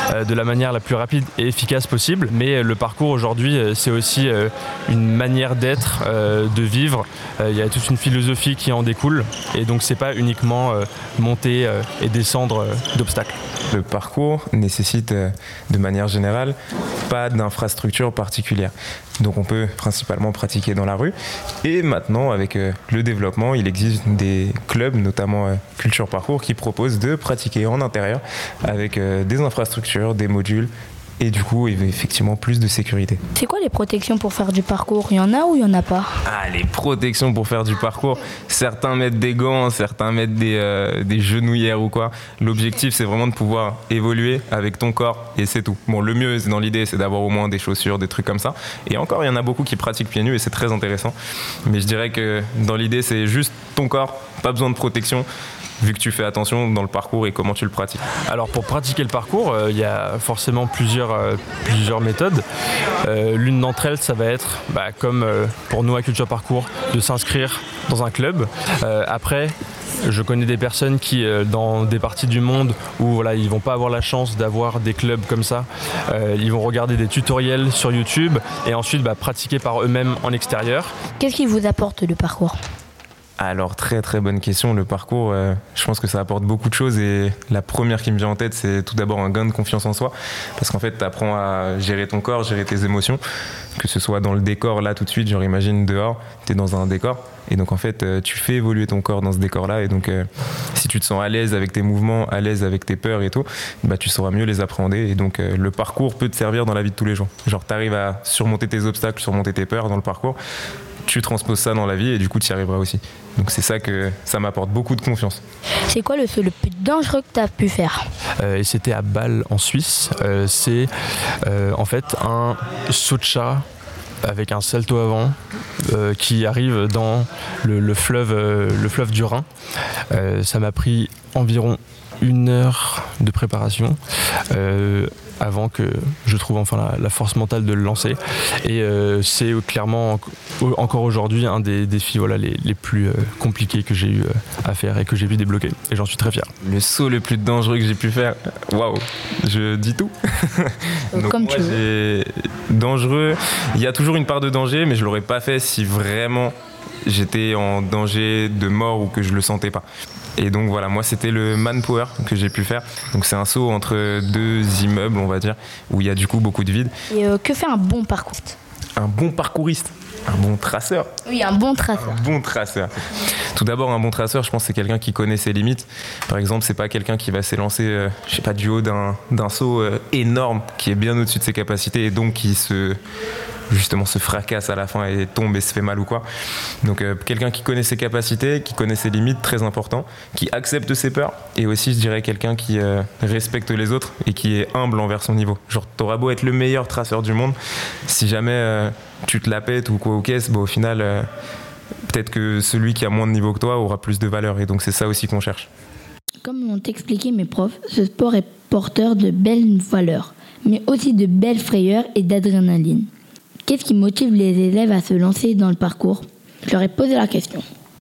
euh, de la manière la plus rapide et efficace possible. Mais le parcours aujourd'hui, euh, c'est aussi euh, une manière d'être, euh, de vivre. Euh, il y a toute une philosophie qui en découle. Et donc c'est pas uniquement euh, monter euh, et descendre euh, d'obstacles. Le parcours nécessite euh, de manière générale pas d'infrastructure particulière. Donc on peut principalement pratiquer dans la rue. Et maintenant, avec euh, le développement, il existe des clubs, notamment euh, Culture Parcours, qui proposent de pratiquer en intérieur avec euh, des infrastructures, des modules et du coup effectivement plus de sécurité. C'est quoi les protections pour faire du parcours? Il y en a ou il n'y en a pas? Ah, les protections pour faire du parcours, certains mettent des gants, certains mettent des, euh, des genouillères ou quoi. L'objectif c'est vraiment de pouvoir évoluer avec ton corps et c'est tout. Bon, le mieux c'est dans l'idée c'est d'avoir au moins des chaussures, des trucs comme ça. Et encore il y en a beaucoup qui pratiquent pieds nus et c'est très intéressant. Mais je dirais que dans l'idée c'est juste ton corps, pas besoin de protection, vu que tu fais attention dans le parcours et comment tu le pratiques. Alors pour pratiquer le parcours, il euh, y a forcément plusieurs, euh, plusieurs méthodes. Euh, l'une d'entre elles, ça va être, bah, comme euh, pour nous à Culture Parcours, de s'inscrire dans un club. Euh, après, je connais des personnes qui, euh, dans des parties du monde où voilà, ils vont pas avoir la chance d'avoir des clubs comme ça, euh, ils vont regarder des tutoriels sur YouTube et ensuite bah, pratiquer par eux-mêmes en extérieur. Qu'est-ce qui vous apporte le parcours ? Alors très très bonne question, le parcours, euh, je pense que ça apporte beaucoup de choses et la première qui me vient en tête c'est tout d'abord un gain de confiance en soi parce qu'en fait tu apprends à gérer ton corps, gérer tes émotions, que ce soit dans le décor là tout de suite, genre imagine dehors, tu es dans un décor et donc en fait euh, tu fais évoluer ton corps dans ce décor là et donc euh, si tu te sens à l'aise avec tes mouvements, à l'aise avec tes peurs et tout, bah tu sauras mieux les appréhender et donc euh, le parcours peut te servir dans la vie de tous les jours. Genre tu arrives à surmonter tes obstacles, surmonter tes peurs dans le parcours, tu transposes ça dans la vie et du coup tu y arriveras aussi. Donc c'est ça que ça m'apporte beaucoup de confiance. C'est quoi le saut le plus dangereux que tu as pu faire ? euh, Et c'était à Bâle en Suisse. Euh, c'est euh, en fait un saut de chat avec un salto avant euh, qui arrive dans le, le, fleuve, euh, le fleuve du Rhin. Euh, ça m'a pris environ une heure de préparation. Euh, avant que je trouve enfin la, la force mentale de le lancer. Et euh, c'est clairement en, encore aujourd'hui un des défis voilà, les, les plus euh, compliqués que j'ai eu euh, à faire et que j'ai pu débloquer. Et j'en suis très fier. Le saut le plus dangereux que j'ai pu faire, waouh, je dis tout. Donc Comme moi, tu veux. Dangereux, il y a toujours une part de danger, mais je l'aurais pas fait si vraiment j'étais en danger de mort ou que je le sentais pas. Et donc voilà, moi c'était le manpower que j'ai pu faire. Donc c'est un saut entre deux immeubles, on va dire, où il y a du coup beaucoup de vide. Et euh, que fait un bon parcouriste ? Un bon parcouriste, un bon traceur. Oui, un bon traceur. Un bon traceur. Tout d'abord, un bon traceur, je pense que c'est quelqu'un qui connaît ses limites. Par exemple, c'est pas quelqu'un qui va s'élancer, euh, je sais pas, du haut d'un, d'un saut euh, énorme qui est bien au-dessus de ses capacités et donc qui se justement se fracasse à la fin et tombe et se fait mal ou quoi. Donc euh, quelqu'un qui connaît ses capacités, qui connaît ses limites, très important, qui accepte ses peurs et aussi je dirais quelqu'un qui euh, respecte les autres et qui est humble envers son niveau. Genre t'auras beau être le meilleur traceur du monde, si jamais euh, tu te la pètes ou quoi ou qu'est-ce, bah, au final euh, peut-être que celui qui a moins de niveau que toi aura plus de valeur et donc c'est ça aussi qu'on cherche. Comme l'ont expliqué mes profs, ce sport est porteur de belles valeurs, mais aussi de belles frayeurs et d'adrénaline. Qu'est-ce qui motive les élèves à se lancer dans le parcours ? Je leur ai posé la question.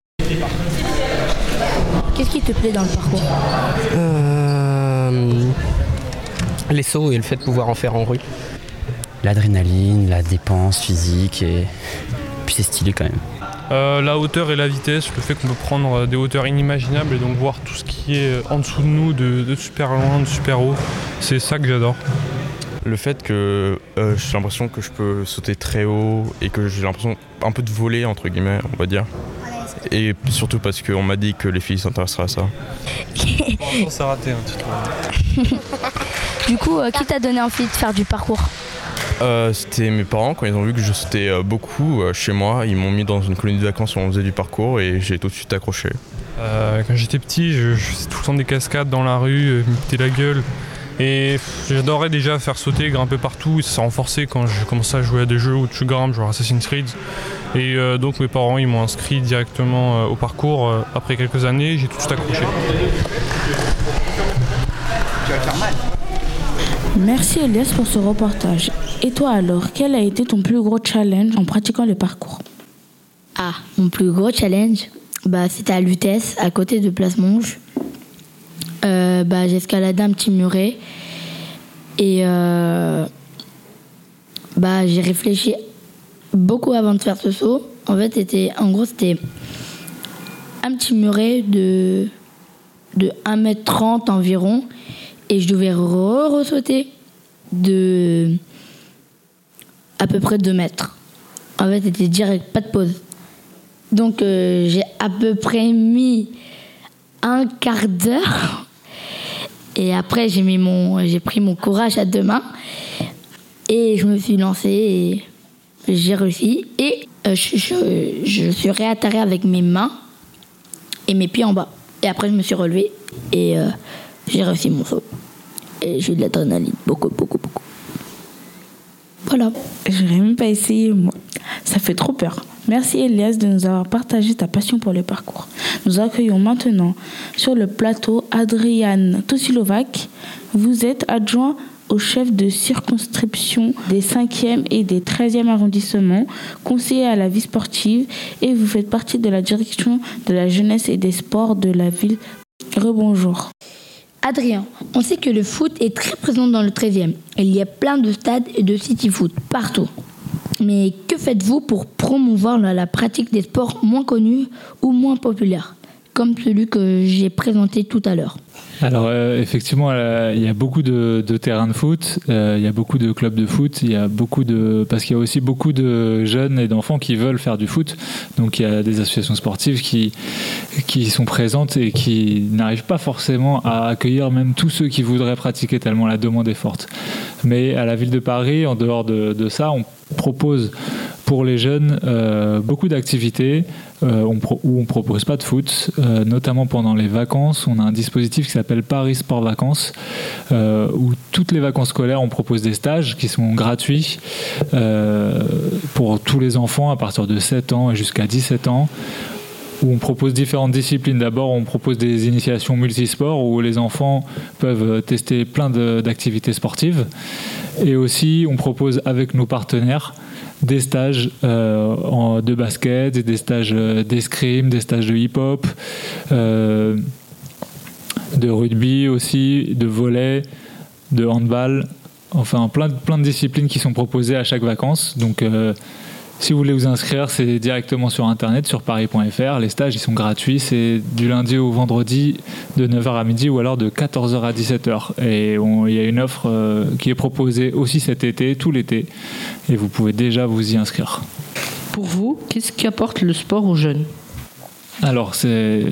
Qu'est-ce qui te plaît dans le parcours ? euh, Les sauts et le fait de pouvoir en faire en rue. L'adrénaline, la dépense physique et puis c'est stylé quand même. Euh, la hauteur et la vitesse, le fait qu'on peut prendre des hauteurs inimaginables et donc voir tout ce qui est en dessous de nous, de, de super loin, de super haut, c'est ça que j'adore. Le fait que euh, j'ai l'impression que je peux sauter très haut et que j'ai l'impression un peu de voler entre guillemets, on va dire. Et surtout parce qu'on m'a dit que les filles s'intéresseraient à ça. Pour l'instant, c'est raté un petit peu. Du coup, euh, qui t'a donné envie de faire du parcours ? euh, C'était mes parents, quand ils ont vu que je sautais euh, beaucoup euh, chez moi, ils m'ont mis dans une colonie de vacances où on faisait du parcours et j'ai tout de suite accroché. Euh, quand j'étais petit, je, je faisais tout le temps des cascades dans la rue, euh, me péter la gueule. Et j'adorais déjà faire sauter, grimper partout, et ça s'est renforcé quand j'ai commencé à jouer à des jeux où tu grimpes, genre Assassin's Creed. Et euh, donc mes parents ils m'ont inscrit directement euh, au parcours. Euh, après quelques années, j'ai tout de suite accroché. Tu vas faire mal. Merci Elias pour ce reportage. Et toi alors, quel a été ton plus gros challenge en pratiquant le parcours ? Ah, mon plus gros challenge, bah, c'était à l'U T S, à côté de Place Monge. Euh, bah, j'ai escaladé un petit muret Et euh, bah, j'ai réfléchi beaucoup avant de faire ce saut. En fait, c'était, en gros, c'était un petit muret de, de un mètre trente environ. Et je devais re-ressauter de à peu près deux mètres. En fait, c'était direct, pas de pause. Donc, euh, j'ai à peu près mis un quart d'heure. Et après, j'ai, mis mon, j'ai pris mon courage à deux mains. Et je me suis lancée et j'ai réussi. Et euh, je, je, je suis réatterrée avec mes mains et mes pieds en bas. Et après, je me suis relevée et euh, j'ai réussi mon saut. Et j'ai eu de l'adrénaline, beaucoup, beaucoup, beaucoup. Voilà. J'aurais même pas essayé, moi. Ça fait trop peur. Merci Elias de nous avoir partagé ta passion pour le parcours. Nous accueillons maintenant sur le plateau Adrian Tosilovac. Vous êtes adjoint au chef de circonscription des cinquième et des treizième arrondissements, conseiller à la vie sportive et vous faites partie de la direction de la jeunesse et des sports de la ville. Rebonjour. Adrien, on sait que le foot est très présent dans le treizième. Il y a plein de stades et de city-foot partout. Mais que faites-vous pour promouvoir la, la pratique des sports moins connus ou moins populaires, comme celui que j'ai présenté tout à l'heure? Alors euh, effectivement, euh, il y a beaucoup de, de terrains de foot, euh, il y a beaucoup de clubs de foot, il y a beaucoup de parce qu'il y a aussi beaucoup de jeunes et d'enfants qui veulent faire du foot. Donc il y a des associations sportives qui qui sont présentes et qui n'arrivent pas forcément à accueillir même tous ceux qui voudraient pratiquer tellement la demande est forte. Mais à la ville de Paris, en dehors de, de ça, on propose pour les jeunes euh, beaucoup d'activités euh, on pro- où on ne propose pas de foot, euh, notamment pendant les vacances. On a un dispositif qui s'appelle Paris Sport Vacances, euh, où toutes les vacances scolaires, on propose des stages qui sont gratuits euh, pour tous les enfants à partir de sept ans et jusqu'à dix-sept ans, où on propose différentes disciplines. D'abord, on propose des initiations multisports où les enfants peuvent tester plein de, d'activités sportives. Et aussi, on propose avec nos partenaires des stages euh, en, de basket, des stages d'escrime, des stages de hip-hop, euh, de rugby aussi, de volley, de handball. Enfin, plein de, plein de disciplines qui sont proposées à chaque vacances. Donc, euh, si vous voulez vous inscrire, c'est directement sur Internet, sur paris point f r. Les stages, ils sont gratuits. C'est du lundi au vendredi de neuf heures à midi ou alors de quatorze heures à dix-sept heures. Et on, il y a une offre euh, qui est proposée aussi cet été, tout l'été. Et vous pouvez déjà vous y inscrire. Pour vous, qu'est-ce qui apporte le sport aux jeunes ? Alors, c'est...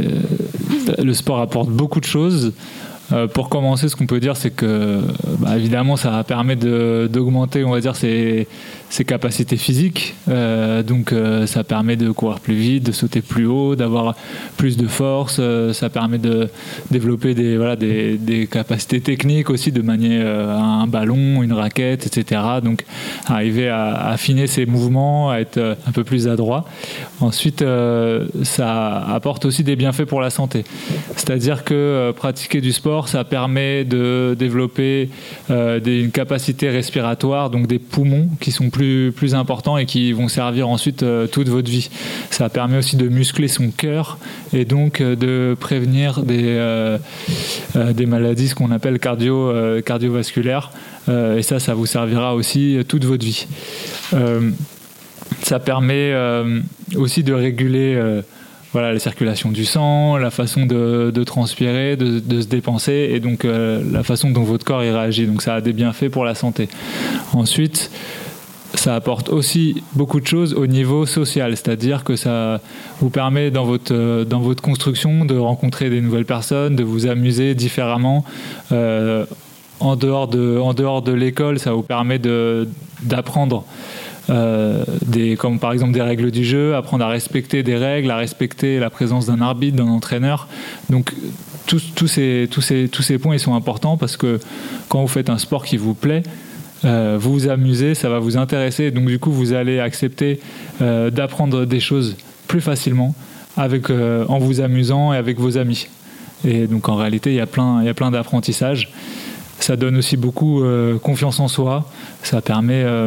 le sport apporte beaucoup de choses. Euh, pour commencer, ce qu'on peut dire, c'est que, bah, évidemment, ça permet de, d'augmenter, on va dire, ses, ses capacités physiques. Euh, donc, euh, ça permet de courir plus vite, de sauter plus haut, d'avoir plus de force. Euh, ça permet de développer des, voilà, des, des capacités techniques aussi, de manier euh, un ballon, une raquette, et cetera. Donc, arriver à, à affiner ses mouvements, à être un peu plus adroit. Ensuite, euh, ça apporte aussi des bienfaits pour la santé. C'est-à-dire que euh, pratiquer du sport, ça permet de développer euh, des, une capacité respiratoire, donc des poumons qui sont plus, plus importants et qui vont servir ensuite euh, toute votre vie. Ça permet aussi de muscler son cœur et donc euh, de prévenir des, euh, euh, des maladies, ce qu'on appelle cardio, euh, cardiovasculaires. Euh, et ça, ça vous servira aussi euh, toute votre vie. Euh, ça permet euh, aussi de réguler euh, Voilà, la circulation du sang, la façon de, de transpirer, de, de se dépenser et donc euh, la façon dont votre corps y réagit. Donc ça a des bienfaits pour la santé. Ensuite, ça apporte aussi beaucoup de choses au niveau social, c'est-à-dire que ça vous permet dans votre, dans votre construction de rencontrer des nouvelles personnes, de vous amuser différemment. Euh, en dehors de, en dehors de l'école, ça vous permet de, d'apprendre Euh, des, comme par exemple des règles du jeu, apprendre à respecter des règles, à respecter la présence d'un arbitre, d'un entraîneur. Donc tous, tous, ces, tous, ces, tous ces points ils sont importants parce que quand vous faites un sport qui vous plaît, euh, vous vous amusez, ça va vous intéresser, donc du coup vous allez accepter euh, d'apprendre des choses plus facilement avec, euh, en vous amusant et avec vos amis. Et donc en réalité il y a plein, il y a plein d'apprentissages. Ça donne aussi beaucoup euh, confiance en soi, ça permet euh,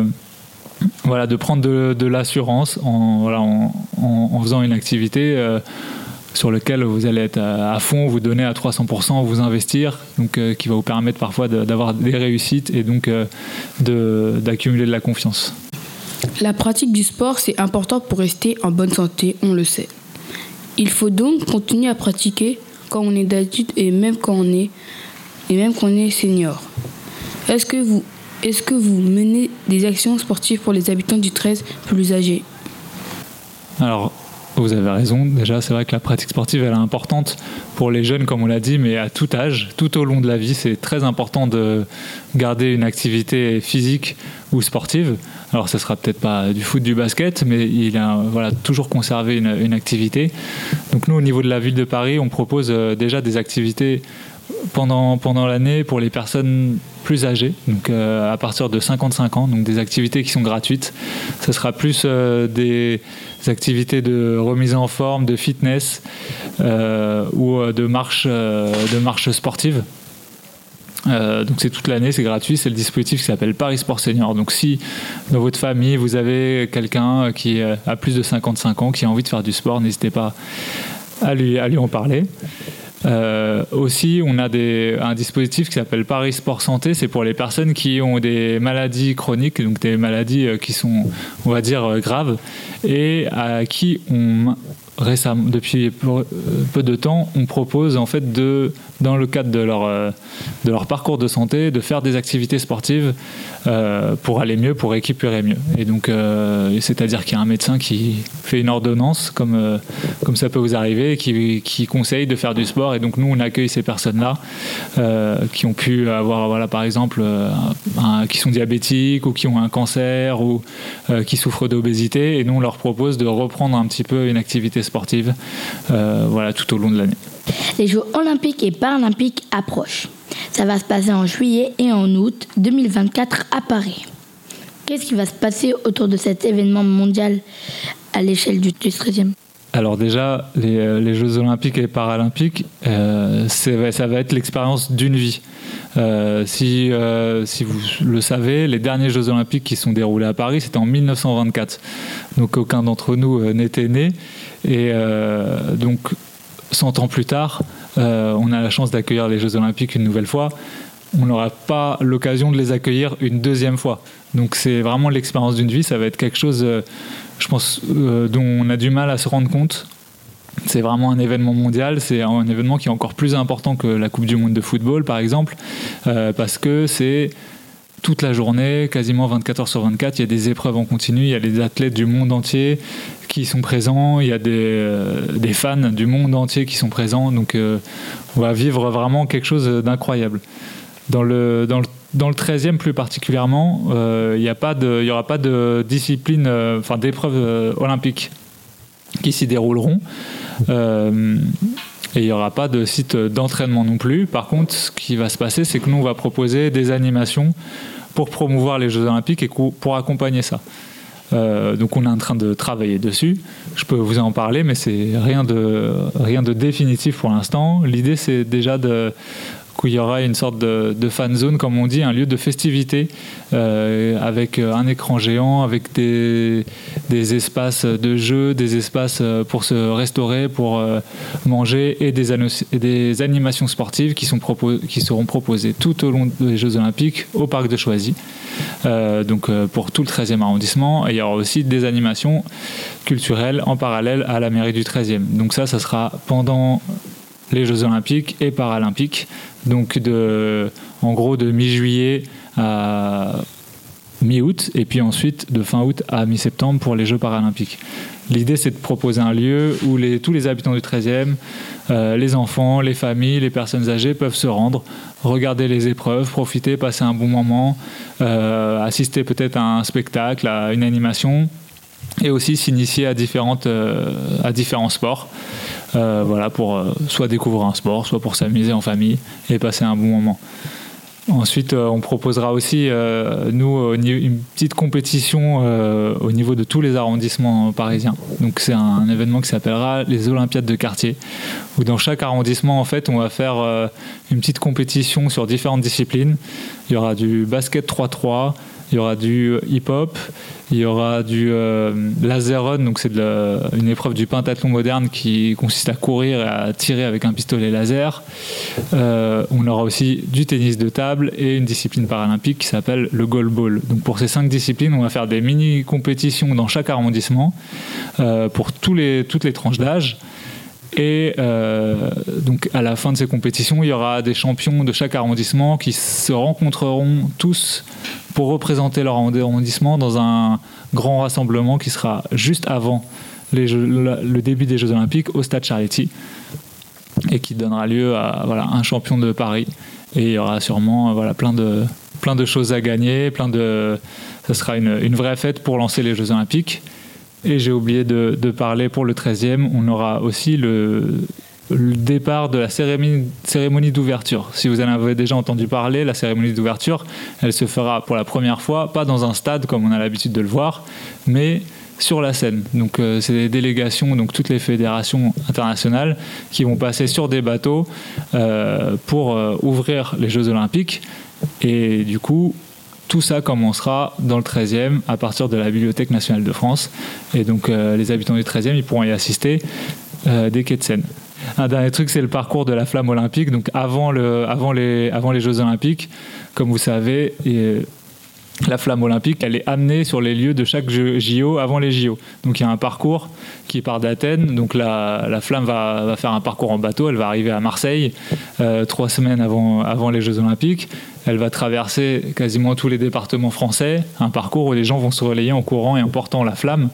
Voilà, de prendre de, de l'assurance en, voilà, en, en, en faisant une activité. Euh, sur lequel vous allez être à, à fond, vous donner à trois cents pour cent, vous investir, donc euh, qui va vous permettre parfois de, d'avoir des réussites et donc euh, de, d'accumuler de la confiance. La pratique du sport, c'est important pour rester en bonne santé, on le sait. Il faut donc continuer à pratiquer quand on est adulte et même quand on est, et même quand on est senior. Est-ce que vous, est-ce que vous menez des actions sportives pour les habitants du treize plus âgés ? Alors, vous avez raison. Déjà, c'est vrai que la pratique sportive, elle est importante pour les jeunes, comme on l'a dit, mais à tout âge, tout au long de la vie, c'est très important de garder une activité physique ou sportive. Alors, ce sera peut-être pas du foot, du basket, mais il a voilà, toujours conservé une, une activité. Donc, nous, au niveau de la ville de Paris, on propose déjà des activités pendant, pendant l'année pour les personnes plus âgées, donc euh, à partir de cinquante-cinq ans, donc des activités qui sont gratuites. Ce sera plus euh, des activités de remise en forme, de fitness euh, ou de marche, euh, de marche sportive. Euh, donc c'est toute l'année, c'est gratuit, c'est le dispositif qui s'appelle Paris Sport Senior. Donc si dans votre famille vous avez quelqu'un qui a plus de cinquante-cinq ans, qui a envie de faire du sport, n'hésitez pas à lui, à lui en parler. Euh, aussi, on a des, un dispositif qui s'appelle Paris Sport Santé. C'est pour les personnes qui ont des maladies chroniques, donc des maladies qui sont, on va dire, graves, et à qui on récemment, depuis peu de temps, on propose en fait de, dans le cadre de leur, de leur parcours de santé, de faire des activités sportives euh, pour aller mieux, pour récupérer mieux. Et donc, euh, c'est-à-dire qu'il y a un médecin qui fait une ordonnance, comme, euh, comme ça peut vous arriver, qui, qui conseille de faire du sport. Et donc, nous, on accueille ces personnes-là euh, qui ont pu avoir, voilà, par exemple, euh, un, qui sont diabétiques ou qui ont un cancer ou euh, qui souffrent d'obésité. Et nous, on leur propose de reprendre un petit peu une activité sportive euh, voilà, tout au long de l'année. Les Jeux olympiques et paralympiques approchent. Ça va se passer en juillet et en août deux mille vingt-quatre à Paris. Qu'est-ce qui va se passer autour de cet événement mondial à l'échelle du treizième ? Alors déjà, les, les Jeux olympiques et paralympiques, euh, c'est, ça va être l'expérience d'une vie. Euh, si, euh, si vous le savez, les derniers Jeux olympiques qui sont déroulés à Paris, c'était en mille neuf cent vingt-quatre. Donc aucun d'entre nous euh, n'était né. Et euh, donc cent ans plus tard, euh, on a la chance d'accueillir les Jeux olympiques une nouvelle fois. On n'aura pas l'occasion de les accueillir une deuxième fois. Donc c'est vraiment l'expérience d'une vie. Ça va être quelque chose, euh, je pense, euh, dont on a du mal à se rendre compte. C'est vraiment un événement mondial. C'est un événement qui est encore plus important que la Coupe du Monde de football, par exemple, euh, parce que c'est toute la journée, quasiment vingt-quatre heures sur vingt-quatre. Il y a des épreuves en continu. Il y a des athlètes du monde entier qui sont présents. Il y a des, euh, des fans du monde entier qui sont présents. Donc euh, on va vivre vraiment quelque chose d'incroyable. Dans le, dans le, dans le treizième plus particulièrement, euh, il n'y aura pas de discipline, euh, enfin d'épreuves euh, olympiques qui s'y dérouleront. Euh, et il n'y aura pas de site d'entraînement non plus. Par contre, ce qui va se passer, c'est que nous, on va proposer des animations pour promouvoir les Jeux olympiques et pour accompagner ça. Euh, donc on est en train de travailler dessus. Je peux vous en parler, mais c'est rien de, rien de définitif pour l'instant. L'idée, c'est déjà de... qu'il y aura une sorte de, de fan zone, comme on dit, un lieu de festivité euh, avec un écran géant, avec des, des espaces de jeu, des espaces pour se restaurer, pour euh, manger et des, et des animations sportives qui, sont propos, qui seront proposées tout au long des Jeux Olympiques au Parc de Choisy, euh, donc euh, pour tout le treizième arrondissement. Et il y aura aussi des animations culturelles en parallèle à la mairie du treizième. Donc ça, ça sera pendant les Jeux Olympiques et Paralympiques, donc de, en gros de mi-juillet à mi-août, et puis ensuite de fin août à mi-septembre pour les Jeux Paralympiques. L'idée, c'est de proposer un lieu où les, tous les habitants du treizième, euh, les enfants, les familles, les personnes âgées peuvent se rendre, regarder les épreuves, profiter, passer un bon moment, euh, assister peut-être à un spectacle, à une animation, et aussi s'initier à, différentes, euh, à différents sports. Euh, voilà, pour euh, soit découvrir un sport, soit pour s'amuser en famille et passer un bon moment. Ensuite, euh, on proposera aussi, euh, nous, une petite compétition euh, au niveau de tous les arrondissements parisiens. Donc, c'est un, un événement qui s'appellera les Olympiades de quartier, où dans chaque arrondissement, en fait, on va faire euh, une petite compétition sur différentes disciplines. Il y aura du basket trois trois, il y aura du hip-hop, il y aura du euh, laser run, donc c'est de la, une épreuve du pentathlon moderne qui consiste à courir et à tirer avec un pistolet laser. Euh, on aura aussi du tennis de table et une discipline paralympique qui s'appelle le goalball. Donc pour ces cinq disciplines, on va faire des mini-compétitions dans chaque arrondissement euh, pour tous les, toutes les tranches d'âge. Et euh, donc à la fin de ces compétitions, il y aura des champions de chaque arrondissement qui se rencontreront tous pour représenter leur arrondissement dans un grand rassemblement qui sera juste avant les Jeux, le début des Jeux Olympiques au Stade Charletti et qui donnera lieu à voilà, un champion de Paris. Et il y aura sûrement voilà, plein, de, plein de choses à gagner, plein de, ça sera une, une vraie fête pour lancer les Jeux Olympiques. Et j'ai oublié de, de parler pour le treizième, on aura aussi le, le départ de la cérémonie, cérémonie d'ouverture. Si vous en avez déjà entendu parler, la cérémonie d'ouverture, elle se fera pour la première fois, pas dans un stade comme on a l'habitude de le voir, mais sur la scène. Donc euh, c'est des délégations, donc toutes les fédérations internationales qui vont passer sur des bateaux euh, pour euh, ouvrir les Jeux Olympiques. Et du coup, tout ça commencera dans le treizième à partir de la Bibliothèque nationale de France. Et donc euh, les habitants du treizième, ils pourront y assister euh, des quais de Seine. Un dernier truc, c'est le parcours de la flamme olympique. Donc avant, le, avant, les, avant les Jeux Olympiques, comme vous savez, et, la flamme olympique, elle est amenée sur les lieux de chaque J O avant les J O. Donc il y a un parcours qui part d'Athènes. Donc la, la flamme va, va faire un parcours en bateau. Elle va arriver à Marseille euh, trois semaines avant, avant les Jeux Olympiques. Elle va traverser quasiment tous les départements français, un parcours où les gens vont se relayer en courant et en portant la flamme.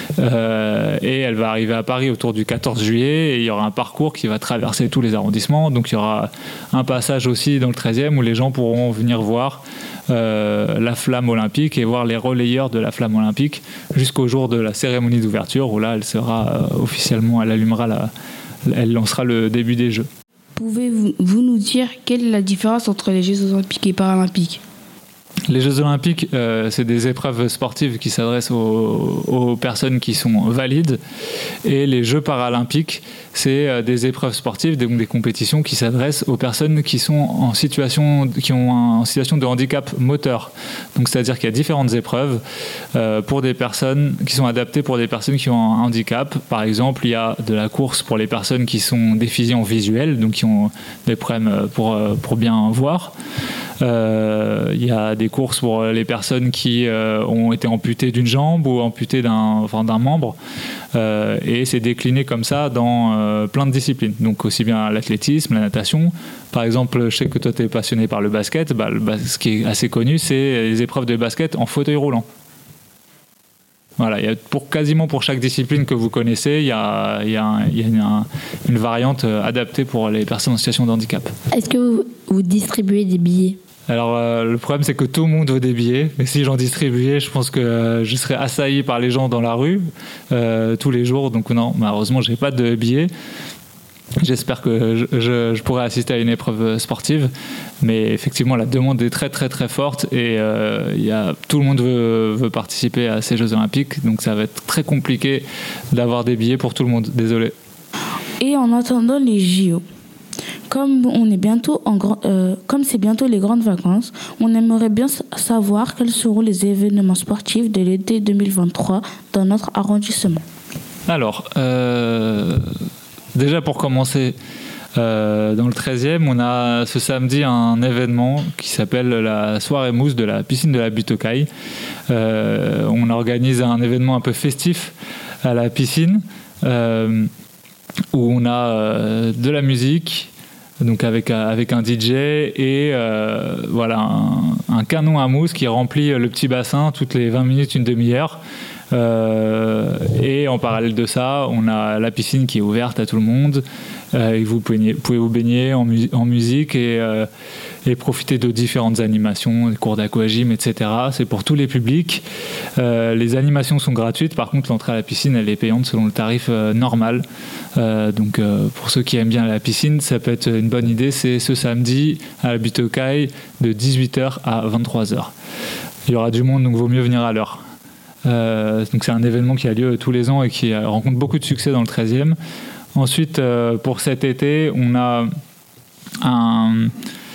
Euh, et elle va arriver à Paris autour du quatorze juillet, et il y aura un parcours qui va traverser tous les arrondissements. Donc il y aura un passage aussi dans le treizième où les gens pourront venir voir euh, la flamme olympique et voir les relayeurs de la flamme olympique jusqu'au jour de la cérémonie d'ouverture, où là elle sera euh, officiellement, elle allumera la, elle lancera le début des Jeux. Pouvez-vous vous nous dire quelle est la différence entre les Jeux Olympiques et Paralympiques ? Les Jeux Olympiques, euh, c'est des épreuves sportives qui s'adressent aux, aux personnes qui sont valides. Et les Jeux Paralympiques, c'est euh, des épreuves sportives, donc des compétitions qui s'adressent aux personnes qui sont en situation, qui ont un, en situation de handicap moteur. Donc, c'est-à-dire qu'il y a différentes épreuves euh, pour des personnes qui sont adaptées pour des personnes qui ont un handicap. Par exemple, il y a de la course pour les personnes qui sont déficients visuels, donc qui ont des problèmes pour, pour bien voir. Euh, il y a des courses pour les personnes qui euh, ont été amputées d'une jambe ou amputées d'un, enfin, d'un membre. Euh, et c'est décliné comme ça dans euh, plein de disciplines. Donc aussi bien l'athlétisme, la natation. Par exemple, je sais que toi tu es passionné par le basket. Bah, le bas- ce qui est assez connu, c'est les épreuves de basket en fauteuil roulant. Voilà, il y a pour, quasiment pour chaque discipline que vous connaissez, il y a, il y a, un, il y a une, une variante adaptée pour les personnes en situation de handicap. Est-ce que vous, vous distribuez des billets ? Alors euh, le problème, c'est que tout le monde veut des billets, mais si j'en distribuais, je pense que euh, je serais assailli par les gens dans la rue euh, tous les jours. Donc non, malheureusement, j'ai pas de billets. J'espère que je, je, je pourrai assister à une épreuve sportive, mais effectivement la demande est très très très forte et euh, y a, tout le monde veut, veut participer à ces Jeux Olympiques, donc ça va être très compliqué d'avoir des billets pour tout le monde, désolé. Et en attendant les J O, comme on est bientôt en grand, euh, comme c'est bientôt les grandes vacances, on aimerait bien savoir quels seront les événements sportifs de l'été deux mille vingt-trois dans notre arrondissement. Alors, euh, déjà pour commencer, euh, dans le treizième, on a ce samedi un événement qui s'appelle la soirée mousse de la piscine de la butte aux Cailles. Euh, on organise un événement un peu festif à la piscine euh, où on a euh, de la musique, donc avec, avec un D J et euh, voilà, un, un canon à mousse qui remplit le petit bassin toutes les vingt minutes, une demi-heure. Euh, et en parallèle de ça, on a la piscine qui est ouverte à tout le monde. Euh, et vous pouvez, pouvez vous baigner en, mu- en musique et, euh, et profiter de différentes animations, des cours d'aquagym, et cetera. C'est pour tous les publics. Euh, les animations sont gratuites. Par contre, l'entrée à la piscine, elle est payante selon le tarif euh, normal. Euh, donc, euh, pour ceux qui aiment bien la piscine, ça peut être une bonne idée. C'est ce samedi à la butte aux Cailles de dix-huit heures à vingt-trois heures. Il y aura du monde, donc vaut mieux venir à l'heure. Euh, donc c'est un événement qui a lieu tous les ans et qui rencontre beaucoup de succès dans le treizième. Ensuite, euh, pour cet été, on a un,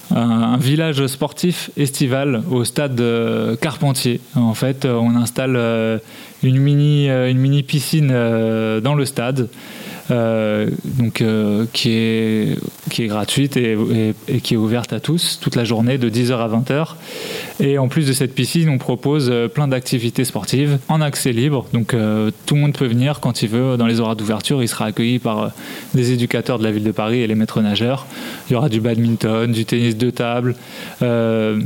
un, un village sportif estival au stade euh, Carpentier. En fait, on installe euh, une, mini, euh, une mini piscine euh, dans le stade. Euh, donc, euh, qui, est, qui est gratuite et, et, et qui est ouverte à tous toute la journée de dix heures à vingt heures. Et en plus de cette piscine, on propose euh, plein d'activités sportives en accès libre. Donc euh, tout le monde peut venir quand il veut dans les horaires d'ouverture. Il sera accueilli par euh, des éducateurs de la ville de Paris et les maîtres nageurs. Il y aura du badminton, du tennis de table. Euh,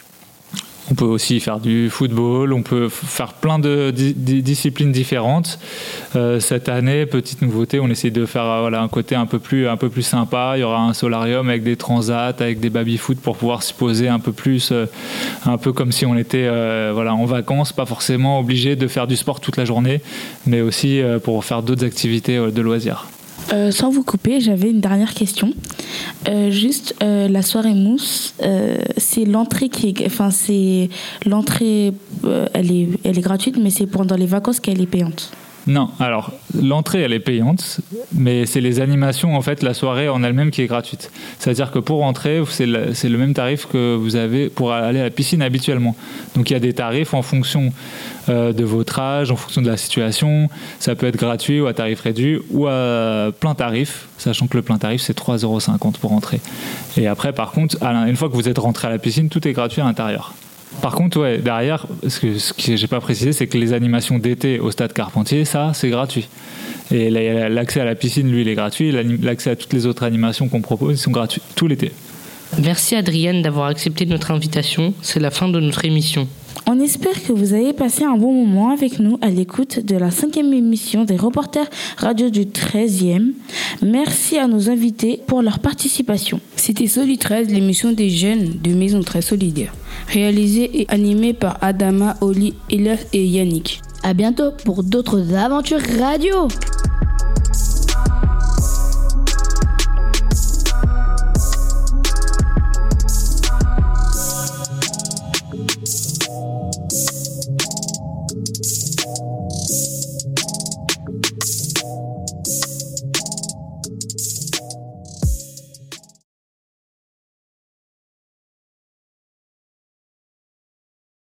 On peut aussi faire du football, on peut faire plein de di- di- disciplines différentes. Euh, cette année, petite nouveauté, on essaie de faire voilà, un côté un peu, plus, un peu plus sympa. Il y aura un solarium avec des transats, avec des baby-foot pour pouvoir s'y poser un peu plus, euh, un peu comme si on était euh, voilà, en vacances, pas forcément obligé de faire du sport toute la journée, mais aussi euh, pour faire d'autres activités euh, de loisirs. Euh, sans vous couper, j'avais une dernière question. Euh, juste euh, la soirée mousse, euh, c'est l'entrée qui est, enfin c'est l'entrée, euh, elle est, elle est gratuite, mais c'est pendant les vacances qu'elle est payante. Non, alors l'entrée elle est payante, mais c'est les animations en fait, la soirée en elle-même qui est gratuite. C'est-à-dire que pour rentrer, c'est le, c'est le même tarif que vous avez pour aller à la piscine habituellement. Donc il y a des tarifs en fonction euh, de votre âge, en fonction de la situation. Ça peut être gratuit ou à tarif réduit ou à plein tarif, sachant que le plein tarif c'est trois euros cinquante pour rentrer. Et après par contre, une fois que vous êtes rentré à la piscine, tout est gratuit à l'intérieur. Par contre, ouais, derrière, ce que, ce que j'ai pas précisé, c'est que les animations d'été au stade Carpentier, ça, c'est gratuit. Et l'accès à la piscine, lui, il est gratuit. L'accès à toutes les autres animations qu'on propose, ils sont gratuits tout l'été. Merci Adrienne d'avoir accepté notre invitation. C'est la fin de notre émission. On espère que vous avez passé un bon moment avec nous à l'écoute de la cinquième émission des reporters radio du treizième. Merci à nos invités pour leur participation. C'était Soli treize, l'émission des jeunes de Maison treize Solidaire. Réalisée et animée par Adama, Oli, Elias et Yannick. À bientôt pour d'autres aventures radio.